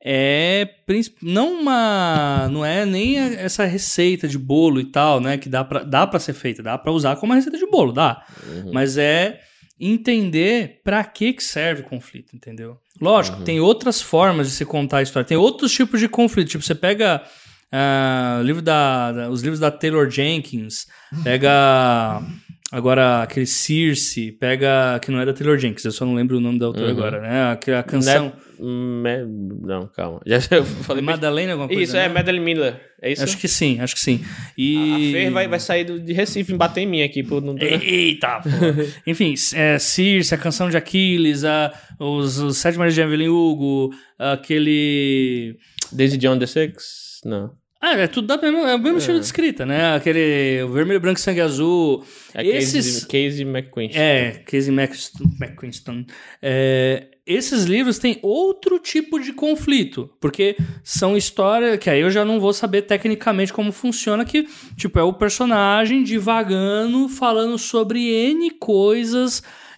é não uma... Não é nem essa receita de bolo e tal, né? Que dá pra, dá pra ser feita, dá pra usar como uma receita de bolo, dá. Uhum. Mas é entender pra que que serve o conflito, entendeu? Lógico, uhum. tem outras formas de se contar a história. Tem outros tipos de conflito. Tipo, você pega uh, livro da, da, os livros da Taylor Jenkins, pega agora aquele Circe, pega... Que não é da Taylor Jenkins, eu só não lembro o nome da autora uhum. agora, né? A, a canção... Net... Não, calma. Já eu falei Madeleine alguma coisa? Isso, né? é Madeleine Miller. É isso? Acho que sim, acho que sim. E... A Fer vai, vai sair do, de Recife e bater em mim aqui. Por não... Eita, pô. Enfim, é, Circe, a canção de Aquiles, a, os, os Sete Maridos de Evelyn Hugo, aquele... Daisy John the Six? Não. Ah, é tudo da mesma, é o mesmo é. estilo de escrita, né? Aquele vermelho, branco, sangue azul. É esses... Casey McQuiston. É, Casey McQuiston. É, esses livros têm outro tipo de conflito, porque são histórias que aí eu já não vou saber tecnicamente como funciona, que tipo é o personagem divagando, falando sobre N coisas.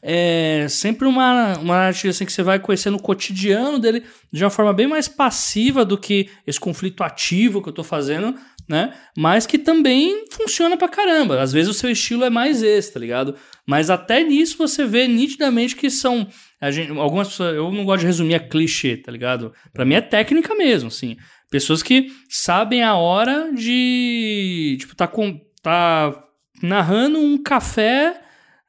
É sempre uma, uma narrativa assim, que você vai conhecendo o cotidiano dele de uma forma bem mais passiva do que esse conflito ativo que eu tô fazendo, né? Mas que também funciona pra caramba. Às vezes o seu estilo é mais esse, tá ligado? Mas até nisso você vê nitidamente que são... A gente, algumas pessoas... Eu não gosto de resumir a clichê, tá ligado? Pra mim é técnica mesmo, assim. Pessoas que sabem a hora de... Tipo, tá, com, tá narrando um café...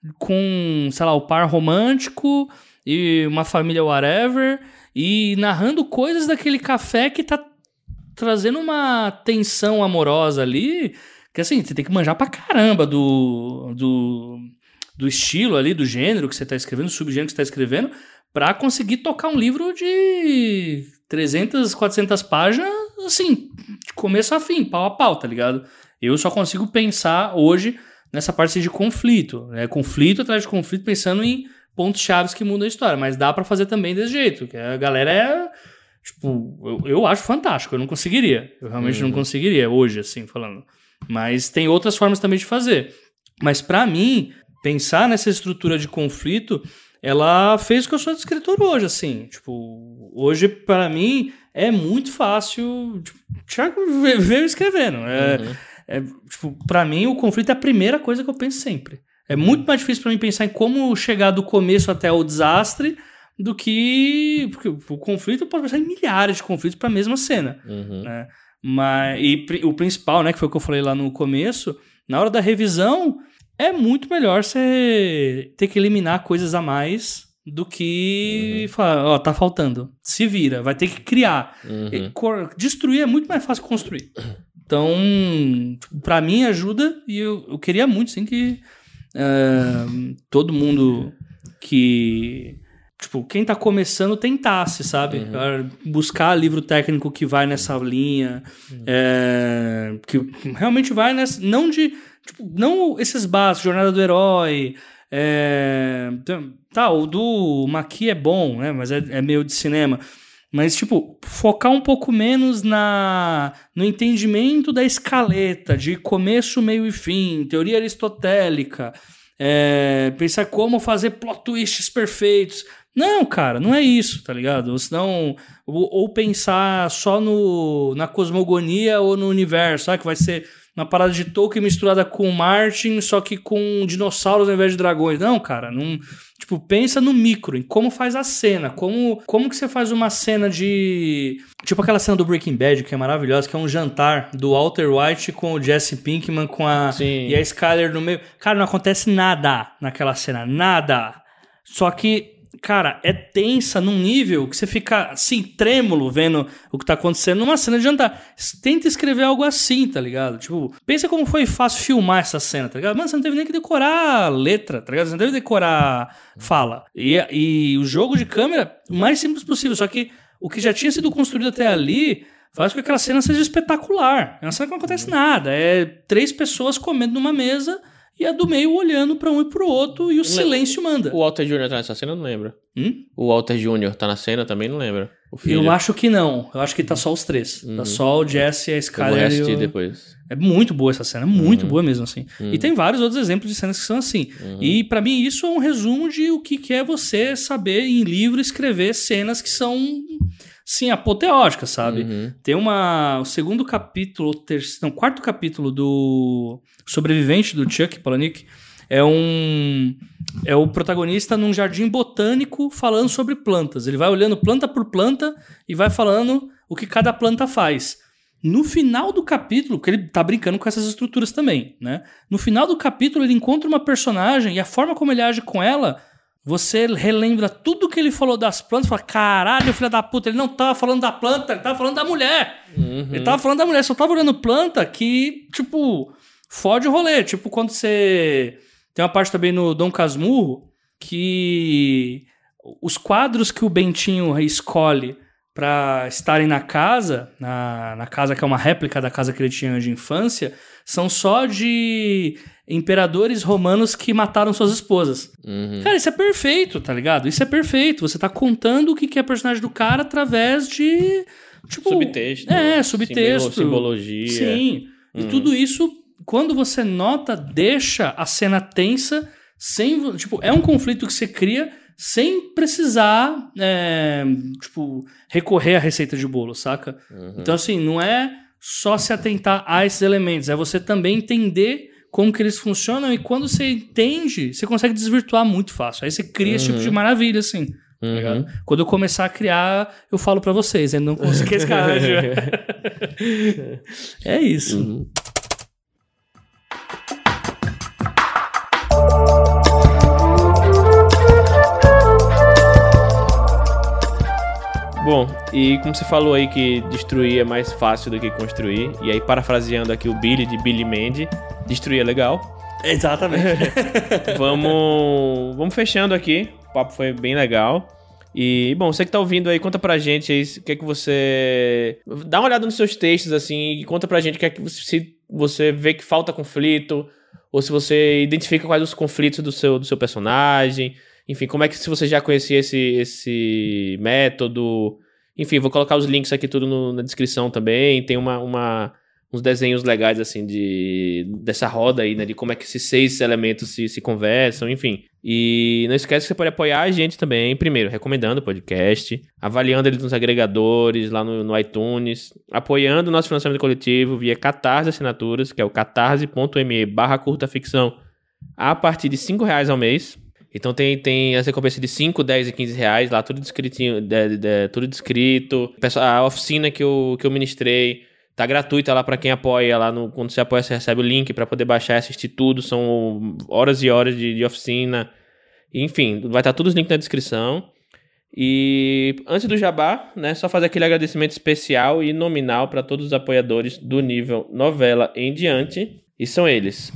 com, sei lá, o par romântico e uma família whatever, e narrando coisas daquele café que tá trazendo uma tensão amorosa ali, que assim, você tem que manjar pra caramba do, do, do estilo ali, do gênero que você tá escrevendo, do subgênero que você tá escrevendo, pra conseguir tocar um livro de trezentas, quatrocentas páginas, assim, de começo a fim, pau a pau, tá ligado? Eu só consigo pensar hoje nessa parte de conflito, né? Conflito atrás de conflito, pensando em pontos chaves que mudam a história, mas dá pra fazer também desse jeito, que a galera é, tipo, eu, eu acho fantástico, eu não conseguiria, eu realmente uhum. não conseguiria hoje, assim, falando, mas tem outras formas também de fazer, mas pra mim, pensar nessa estrutura de conflito, ela fez o que eu sou de escritor hoje, assim, tipo, hoje pra mim é muito fácil, tipo, Thiago veio escrevendo, é... Uhum. É, tipo, pra mim, o conflito é a primeira coisa que eu penso sempre. É muito mais difícil pra mim pensar em como chegar do começo até o desastre do que... Porque o conflito pode passar em milhares de conflitos para a mesma cena. Uhum. Né? Mas, e o principal, né, que foi o que eu falei lá no começo, na hora da revisão, é muito melhor você ter que eliminar coisas a mais do que uhum. falar, ó, tá faltando. Se vira, vai ter que criar. Uhum. E, cor, destruir é muito mais fácil que construir. Então, tipo, pra mim ajuda e eu, eu queria muito, sim, que uh, todo mundo que... Tipo, quem tá começando tentasse, sabe? Uhum. Buscar livro técnico que vai nessa linha, uhum. é, que realmente vai nessa... Não de... Tipo, não esses básicos, Jornada do Herói... É, tá, o do Maqui é bom, né? Mas é, é meio de cinema. Mas, tipo, focar um pouco menos na, no entendimento da escaleta, de começo, meio e fim, teoria aristotélica, é, pensar como fazer plot twists perfeitos. Não, cara, não é isso, tá ligado? Ou, senão, ou, ou pensar só no, na cosmogonia ou no universo, sabe? Que vai ser uma parada de Tolkien misturada com Martin, só que com dinossauros ao invés de dragões. Não, cara, não... Tipo, pensa no micro, em como faz a cena, como, como que você faz uma cena de... Tipo aquela cena do Breaking Bad, que é maravilhosa, que é um jantar do Walter White com o Jesse Pinkman com a, Sim. e a Skyler no meio. Cara, não acontece nada naquela cena, nada. Só que... Cara, é tensa num nível que você fica, assim, trêmulo vendo o que tá acontecendo numa cena de jantar. Tenta escrever algo assim, tá ligado? Tipo, pensa como foi fácil filmar essa cena, tá ligado? Mano, você não teve nem que decorar letra, tá ligado? Você não teve que decorar fala. E, e o jogo de câmera, o mais simples possível. Só que o que já tinha sido construído até ali faz com que aquela cena seja espetacular. É uma cena que não acontece nada. É três pessoas comendo numa mesa... E a do meio olhando pra um e pro outro e o silêncio manda. O Walter Júnior tá nessa cena? Eu não lembro. Hum? O Walter Júnior tá na cena também? Não lembro. O filho. Eu acho que não. Eu acho que tá só os três. Uhum. Tá só o Jesse, a Skyler. Eu vou reassistir o... depois. É muito boa essa cena. Muito uhum. boa mesmo, assim. Uhum. E tem vários outros exemplos de cenas que são assim. Uhum. E pra mim isso é um resumo de o que é você saber em livro escrever cenas que são... Sim, apoteótica, sabe? Uhum. Tem uma... O segundo capítulo, terceiro, não, quarto capítulo do Sobrevivente, do Chuck Palahniuk, é um... É o protagonista num jardim botânico falando sobre plantas. Ele vai olhando planta por planta e vai falando o que cada planta faz. No final do capítulo, porque ele tá brincando com essas estruturas também, né? No final do capítulo, ele encontra uma personagem e a forma como ele age com ela... Você relembra tudo que ele falou das plantas e fala, caralho, filho da puta, ele não tava falando da planta, ele tava falando da mulher. Uhum. Ele tava falando da mulher, só tava olhando planta que, tipo, fode o rolê. Tipo, quando você... Tem uma parte também no Dom Casmurro que os quadros que o Bentinho escolhe pra estarem na casa, na, na casa que é uma réplica da casa que ele tinha de infância, são só de... imperadores romanos que mataram suas esposas. Uhum. Cara, isso é perfeito, tá ligado? Isso é perfeito. Você tá contando o que é a personagem do cara através de... Tipo, subtexto. É, subtexto. Simbologia. Sim. Uhum. E tudo isso, quando você nota, deixa a cena tensa, sem... Tipo, é um conflito que você cria sem precisar, é, tipo, recorrer à receita de bolo, saca? Uhum. Então, assim, não é só se atentar a esses elementos, é você também entender como que eles funcionam, e quando você entende, você consegue desvirtuar muito fácil. Aí você cria uhum. esse tipo de maravilha, assim. Tá ligado? Uhum. Quando eu começar a criar, eu falo pra vocês, eu não consegui esse cara. É isso. Uhum. Bom, e como você falou aí que destruir é mais fácil do que construir, e aí parafraseando aqui o Billy de Billy Mandy, destruir é legal. Exatamente. vamos, vamos fechando aqui, o papo foi bem legal. E, bom, você que tá ouvindo aí, conta pra gente aí o que é que você... Dá uma olhada nos seus textos, assim, e conta pra gente o que é que você, se você vê que falta conflito, ou se você identifica quais os conflitos do seu, do seu personagem... Enfim, como é que se você já conhecia esse, esse método... Enfim, vou colocar os links aqui tudo no, na descrição também. Tem uma, uma, uns desenhos legais, assim, de, dessa roda aí, né? De como é que esses seis elementos se, se conversam, enfim. E não esquece que você pode apoiar a gente também, primeiro, recomendando o podcast, avaliando ele nos agregadores, lá no, no iTunes, apoiando o nosso financiamento coletivo via Catarse Assinaturas, que é o catarse.me barra curta ficção, a partir de cinco reais ao mês. Então tem, tem as recompensas de cinco, dez e quinze reais lá, tudo descritinho, de, de, tudo descrito. A oficina que eu, que eu ministrei tá gratuita lá pra quem apoia. Lá no, quando você apoia, você recebe o link pra poder baixar e assistir tudo. São horas e horas de, de oficina. Enfim, vai estar todos os links na descrição. E antes do jabá, né, só fazer aquele agradecimento especial e nominal para todos os apoiadores do nível novela em diante. E são eles: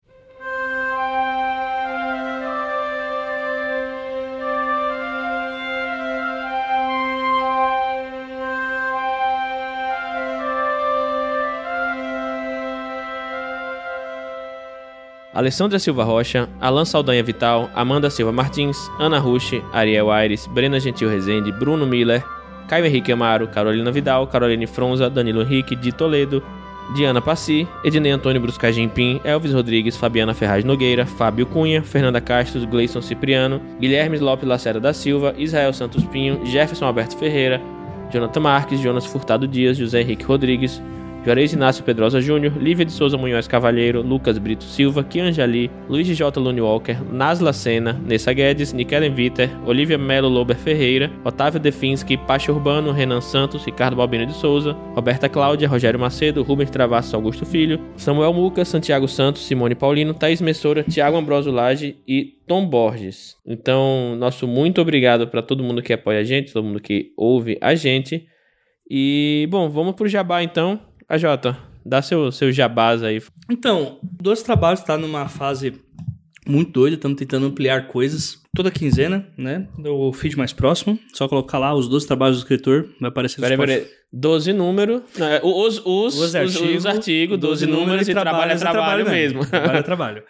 Alessandra Silva Rocha, Alan Saldanha Vital, Amanda Silva Martins, Ana Rushi, Ariel Aires, Brena Gentil Rezende, Bruno Miller, Caio Henrique Amaro, Carolina Vidal, Caroline Fronza, Danilo Henrique, Di Toledo, Diana Passi, Ednei Antônio Bruscagem Pim, Elvis Rodrigues, Fabiana Ferraz Nogueira, Fábio Cunha, Fernanda Castro, Gleison Cipriano, Guilherme Lopes Lacerda da Silva, Israel Santos Pinho, Jefferson Alberto Ferreira, Jonathan Marques, Jonas Furtado Dias, José Henrique Rodrigues, Juarez Inácio Pedrosa Júnior, Lívia de Souza Munhoz Cavalheiro, Lucas Brito Silva, Kianjali, Luiz J. Lune Walker, Nasla Sena, Nessa Guedes, Nikelen Viter, Olivia Melo Lober Ferreira, Otávio Definski, Pacha Urbano, Renan Santos, Ricardo Balbino de Souza, Roberta Cláudia, Rogério Macedo, Rubens Travassos Augusto Filho, Samuel Muca, Santiago Santos, Simone Paulino, Thaís Messora, Thiago Ambrosio Lage e Tom Borges. Então, nosso muito obrigado para todo mundo que apoia a gente, todo mundo que ouve a gente. E, bom, vamos pro jabá então. A Jota, dá seu, seu jabás aí. Então, o Doce Trabalhos está numa fase muito doida, estamos tentando ampliar coisas. Toda quinzena, né? O feed mais próximo, só colocar lá os doze trabalhos do escritor, vai aparecer no Peraí, peraí. doze números, né? os, os, os, artigos, os artigos, doze números e trabalho é trabalho, trabalho mesmo. Trabalho é trabalho.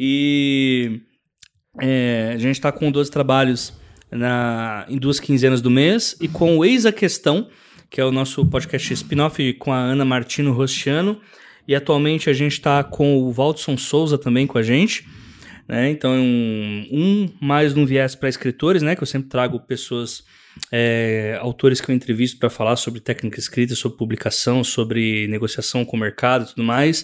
E é, a gente está com doze trabalhos na, em duas quinzenas do mês e com o Eis a Questão, que é o nosso podcast spin-off com a Ana Martino Rostiano. E atualmente a gente está com o Valdson Souza também com a gente. Né? Então é um, um mais um viés para escritores, né? Que eu sempre trago pessoas, é, autores que eu entrevisto para falar sobre técnica escrita, sobre publicação, sobre negociação com o mercado e tudo mais.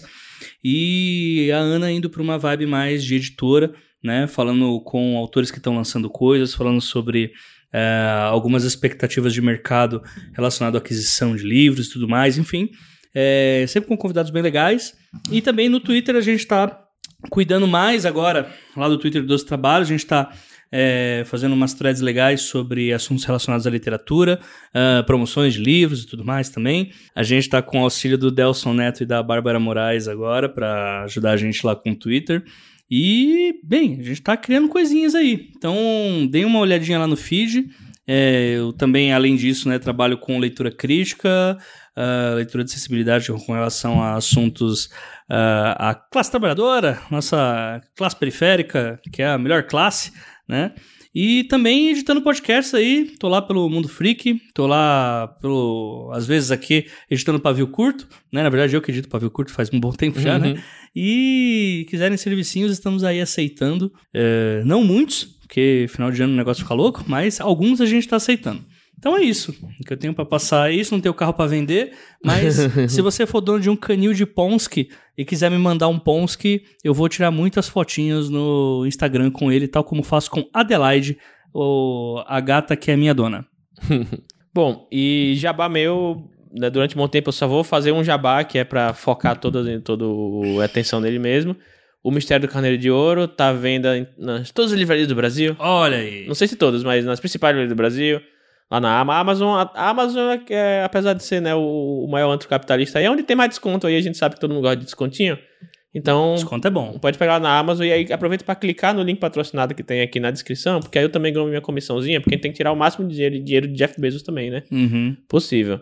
E a Ana indo para uma vibe mais de editora, né? Falando com autores que estão lançando coisas, falando sobre... Uh, algumas expectativas de mercado relacionado à aquisição de livros e tudo mais, enfim, é, sempre com convidados bem legais. E também no Twitter a gente está cuidando mais agora, lá do Twitter dos Trabalhos, a gente está é, fazendo umas threads legais sobre assuntos relacionados à literatura, uh, promoções de livros e tudo mais também. A gente está com o auxílio do Delson Neto e da Bárbara Moraes agora para ajudar a gente lá com o Twitter. E, bem, a gente tá criando coisinhas aí. Então, deem uma olhadinha lá no feed. É, eu também, além disso, né, trabalho com leitura crítica, uh, leitura de acessibilidade com relação a assuntos... Uh, a classe trabalhadora, nossa classe periférica, que é a melhor classe, né? E também editando podcasts aí, tô lá pelo Mundo Freak, tô lá, pelo, às vezes aqui, editando pavio curto, né? Na verdade, eu que edito pavio curto faz um bom tempo já, uhum. né? E quiserem servicinhos, estamos aí aceitando. É, não muitos, porque final de ano o negócio fica louco, mas alguns a gente tá aceitando. Então é isso. O que eu tenho pra passar é isso, não tenho carro pra vender, mas se você for dono de um canil de Ponsky e quiser me mandar um Ponsky, eu vou tirar muitas fotinhas no Instagram com ele, tal como faço com Adelaide, ou a gata que é minha dona. Bom, e jabá meu, né, durante um bom tempo eu só vou fazer um jabá que é pra focar toda, toda a atenção dele mesmo. O Mistério do Carneiro de Ouro tá à venda em nas, todas as livrarias do Brasil. Olha aí. Não sei se todas, mas nas principais livrarias do Brasil. Lá na Amazon, a Amazon, é, apesar de ser, né, o, o maior anticapitalista, aí é onde tem mais desconto, aí a gente sabe que todo mundo gosta de descontinho. Então, desconto é bom. Pode pegar lá na Amazon e aí aproveita para clicar no link patrocinado que tem aqui na descrição, porque aí eu também ganho minha comissãozinha, porque a gente tem que tirar o máximo de dinheiro, dinheiro de Jeff Bezos também, né? Uhum. Possível.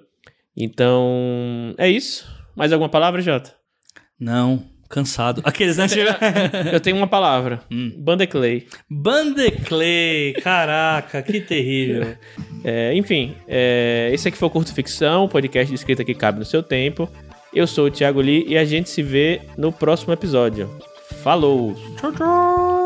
Então, é isso. Mais alguma palavra, Jota? Não. Cansado. Aqueles, né? Eu tenho uma palavra. Hum. Bandeclay. Bandeclay. Caraca, que terrível. É, enfim, é, esse aqui foi o Curto Ficção, podcast de escrita que cabe no seu tempo. Eu sou o Thiago Lee e a gente se vê no próximo episódio. Falou! Tchau, tchau!